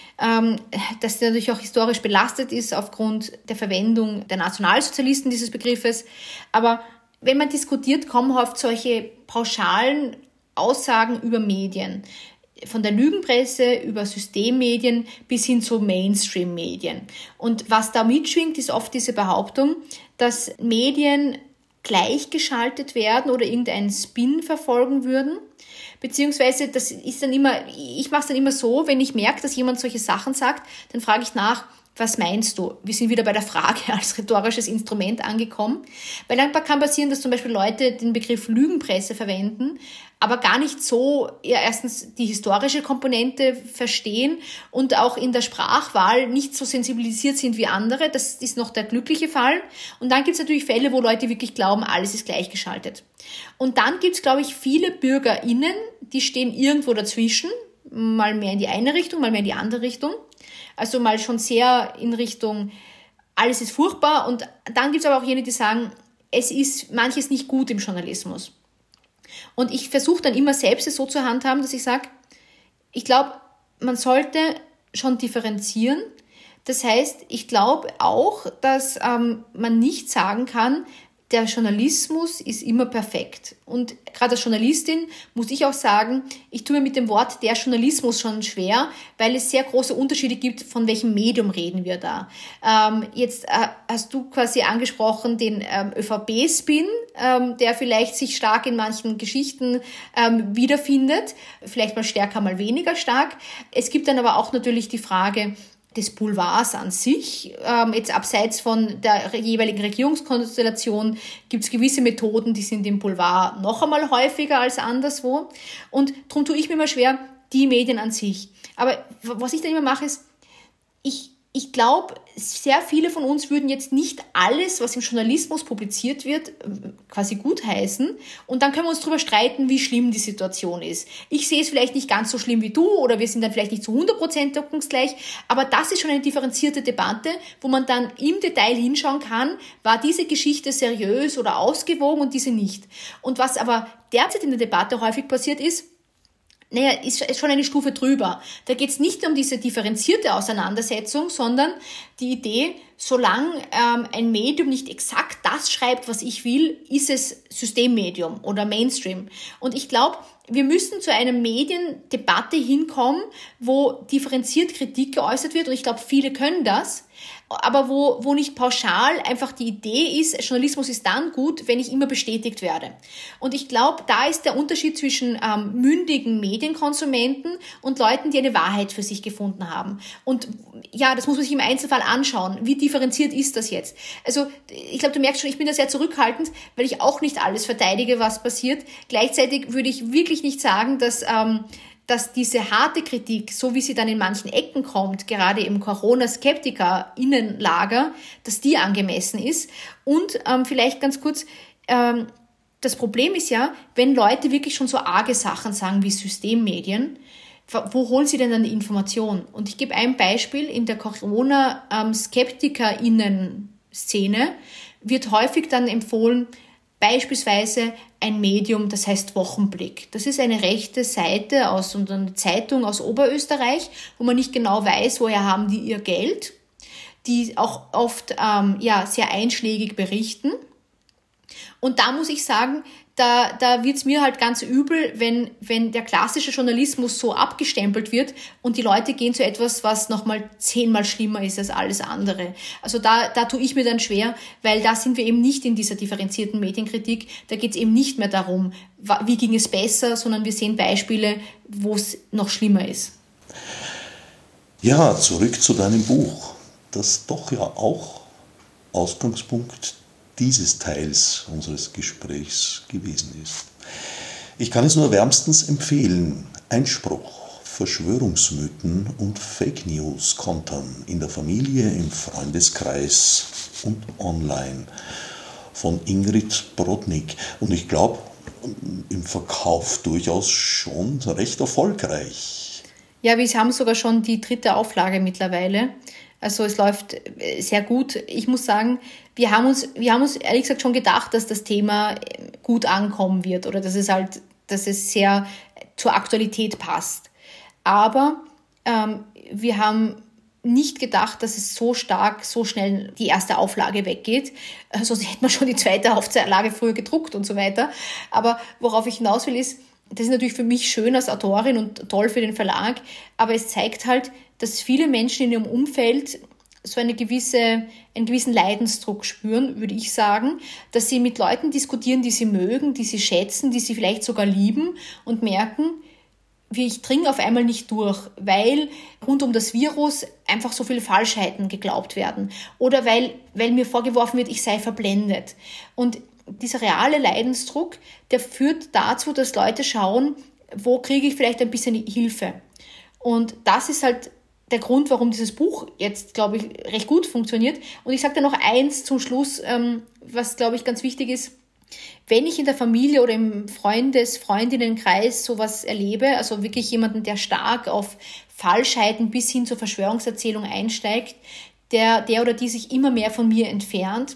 das natürlich auch historisch belastet ist aufgrund der Verwendung der Nationalsozialisten dieses Begriffes. Aber wenn man diskutiert, kommen oft solche pauschalen Aussagen über Medien. Von der Lügenpresse über Systemmedien bis hin zu Mainstream-Medien. Und was da mitschwingt, ist oft diese Behauptung, dass Medien gleichgeschaltet werden oder irgendeinen Spin verfolgen würden. Beziehungsweise das ist dann immer, ich mache es dann immer so, wenn ich merke, dass jemand solche Sachen sagt, dann frage ich nach, was meinst du? Wir sind wieder bei der Frage als rhetorisches Instrument angekommen. Weil dann kann passieren, dass zum Beispiel Leute den Begriff Lügenpresse verwenden, aber gar nicht so erstens die historische Komponente verstehen und auch in der Sprachwahl nicht so sensibilisiert sind wie andere. Das ist noch der glückliche Fall. Und dann gibt es natürlich Fälle, wo Leute wirklich glauben, alles ist gleichgeschaltet. Und dann gibt es, glaube ich, viele BürgerInnen, die stehen irgendwo dazwischen, mal mehr in die eine Richtung, mal mehr in die andere Richtung. Also mal schon sehr in Richtung, alles ist furchtbar. Und dann gibt es aber auch jene, die sagen, es ist manches nicht gut im Journalismus. Und ich versuche dann immer selbst es so zu handhaben, dass ich sage, ich glaube, man sollte schon differenzieren. Das heißt, ich glaube auch, dass man nicht sagen kann, der Journalismus ist immer perfekt. Und gerade als Journalistin muss ich auch sagen, ich tue mir mit dem Wort der Journalismus schon schwer, weil es sehr große Unterschiede gibt, von welchem Medium reden wir da. Jetzt hast du quasi angesprochen den ÖVP-Spin, der vielleicht sich stark in manchen Geschichten wiederfindet, vielleicht mal stärker, mal weniger stark. Es gibt dann aber auch natürlich die Frage, des Boulevards an sich. Jetzt abseits von der jeweiligen Regierungskonstellation gibt es gewisse Methoden, die sind im Boulevard noch einmal häufiger als anderswo. Und darum tue ich mir immer schwer, die Medien an sich. Aber was ich dann immer mache, ist, ich glaube, sehr viele von uns würden jetzt nicht alles, was im Journalismus publiziert wird, quasi gutheißen. Und dann können wir uns darüber streiten, wie schlimm die Situation ist. Ich sehe es vielleicht nicht ganz so schlimm wie du oder wir sind dann vielleicht nicht zu 100% deckungsgleich. Aber das ist schon eine differenzierte Debatte, wo man dann im Detail hinschauen kann, war diese Geschichte seriös oder ausgewogen und diese nicht. Und was aber derzeit in der Debatte häufig passiert ist schon eine Stufe drüber. Da geht es nicht um diese differenzierte Auseinandersetzung, sondern die Idee, solange ein Medium nicht exakt das schreibt, was ich will, ist es Systemmedium oder Mainstream. Und ich glaube, wir müssen zu einer Mediendebatte hinkommen, wo differenziert Kritik geäußert wird. Und ich glaube, viele können das. Aber wo nicht pauschal einfach die Idee ist, Journalismus ist dann gut, wenn ich immer bestätigt werde. Und ich glaube, da ist der Unterschied zwischen mündigen Medienkonsumenten und Leuten, die eine Wahrheit für sich gefunden haben. Und ja, das muss man sich im Einzelfall anschauen. Wie differenziert ist das jetzt? Also ich glaube, du merkst schon, ich bin da sehr zurückhaltend, weil ich auch nicht alles verteidige, was passiert. Gleichzeitig würde ich wirklich nicht sagen, dass diese harte Kritik, so wie sie dann in manchen Ecken kommt, gerade im Corona-SkeptikerInnenlager, dass die angemessen ist. Und vielleicht ganz kurz, das Problem ist ja, wenn Leute wirklich schon so arge Sachen sagen wie Systemmedien, wo holen sie denn dann die Information? Und ich gebe ein Beispiel, in der Corona-SkeptikerInnen-Szene wird häufig dann empfohlen, beispielsweise ein Medium, das heißt Wochenblick. Das ist eine rechte Seite und eine Zeitung aus Oberösterreich, wo man nicht genau weiß, woher haben die ihr Geld, die auch oft sehr einschlägig berichten. Und da muss ich sagen, da wird's mir halt ganz übel, wenn der klassische Journalismus so abgestempelt wird und die Leute gehen zu etwas, was nochmal 10-mal schlimmer ist als alles andere. Also da tue ich mir dann schwer, weil da sind wir eben nicht in dieser differenzierten Medienkritik. Da geht's eben nicht mehr darum, wie ging es besser, sondern wir sehen Beispiele, wo es noch schlimmer ist. Ja, zurück zu deinem Buch, das doch ja auch Ausgangspunkt dieses Teils unseres Gesprächs gewesen ist. Ich kann es nur wärmstens empfehlen. Einspruch, Verschwörungsmythen und Fake News kontern in der Familie, im Freundeskreis und online von Ingrid Brodnik. Und ich glaube, im Verkauf durchaus schon recht erfolgreich. Ja, wir haben sogar schon die 3. Auflage mittlerweile. Also es läuft sehr gut. Ich muss sagen, wir haben uns ehrlich gesagt schon gedacht, dass das Thema gut ankommen wird oder dass es sehr zur Aktualität passt. Aber wir haben nicht gedacht, dass es so schnell die erste Auflage weggeht. Sonst hätte man schon die 2. Auflage früher gedruckt und so weiter. Aber worauf ich hinaus will ist, das ist natürlich für mich schön als Autorin und toll für den Verlag, aber es zeigt halt, dass viele Menschen in ihrem Umfeld so einen gewissen Leidensdruck spüren, würde ich sagen, dass sie mit Leuten diskutieren, die sie mögen, die sie schätzen, die sie vielleicht sogar lieben und merken, wie ich dringe auf einmal nicht durch, weil rund um das Virus einfach so viele Falschheiten geglaubt werden oder weil mir vorgeworfen wird, ich sei verblendet. Und dieser reale Leidensdruck, der führt dazu, dass Leute schauen, wo kriege ich vielleicht ein bisschen Hilfe. Und das ist halt der Grund, warum dieses Buch jetzt, glaube ich, recht gut funktioniert. Und ich sage da noch eins zum Schluss, was, glaube ich, ganz wichtig ist. Wenn ich in der Familie oder im Freundinnenkreis sowas erlebe, also wirklich jemanden, der stark auf Falschheiten bis hin zur Verschwörungserzählung einsteigt, der oder die sich immer mehr von mir entfernt,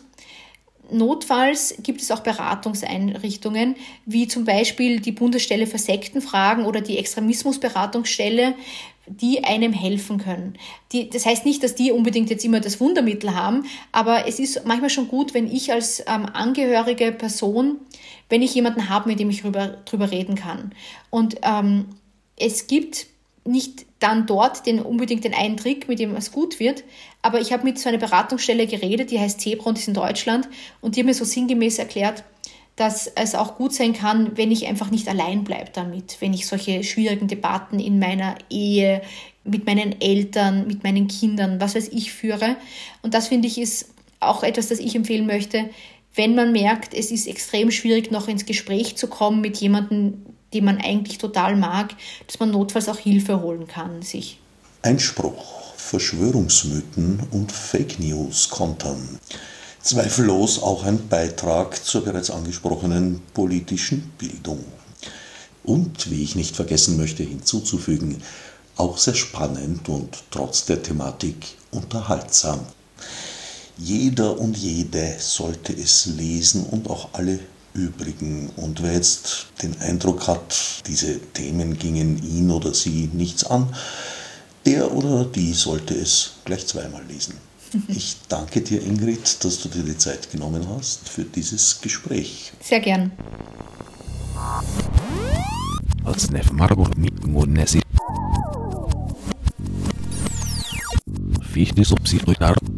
notfalls gibt es auch Beratungseinrichtungen, wie zum Beispiel die Bundesstelle für Sektenfragen oder die Extremismusberatungsstelle, die einem helfen können. Das heißt nicht, dass die unbedingt jetzt immer das Wundermittel haben, aber es ist manchmal schon gut, wenn ich als angehörige Person, wenn ich jemanden habe, mit dem ich drüber reden kann. Und es gibt nicht dann dort unbedingt den einen Trick, mit dem es gut wird, aber ich habe mit so einer Beratungsstelle geredet, die heißt Zebra und ist in Deutschland und die haben mir so sinngemäß erklärt, dass es auch gut sein kann, wenn ich einfach nicht allein bleibe damit, wenn ich solche schwierigen Debatten in meiner Ehe, mit meinen Eltern, mit meinen Kindern, was weiß ich, führe. Und das, finde ich, ist auch etwas, das ich empfehlen möchte, wenn man merkt, es ist extrem schwierig, noch ins Gespräch zu kommen mit jemandem, den man eigentlich total mag, dass man notfalls auch Hilfe holen kann sich. Einspruch, Verschwörungsmythen und Fake News kontern. Zweifellos auch ein Beitrag zur bereits angesprochenen politischen Bildung. Und, wie ich nicht vergessen möchte hinzuzufügen, auch sehr spannend und trotz der Thematik unterhaltsam. Jeder und jede sollte es lesen und auch alle übrigen. Und wer jetzt den Eindruck hat, diese Themen gingen ihn oder sie nichts an, der oder die sollte es gleich zweimal lesen. Ich danke dir, Ingrid, dass du dir die Zeit genommen hast für dieses Gespräch. Sehr gern. Fichte subsidiar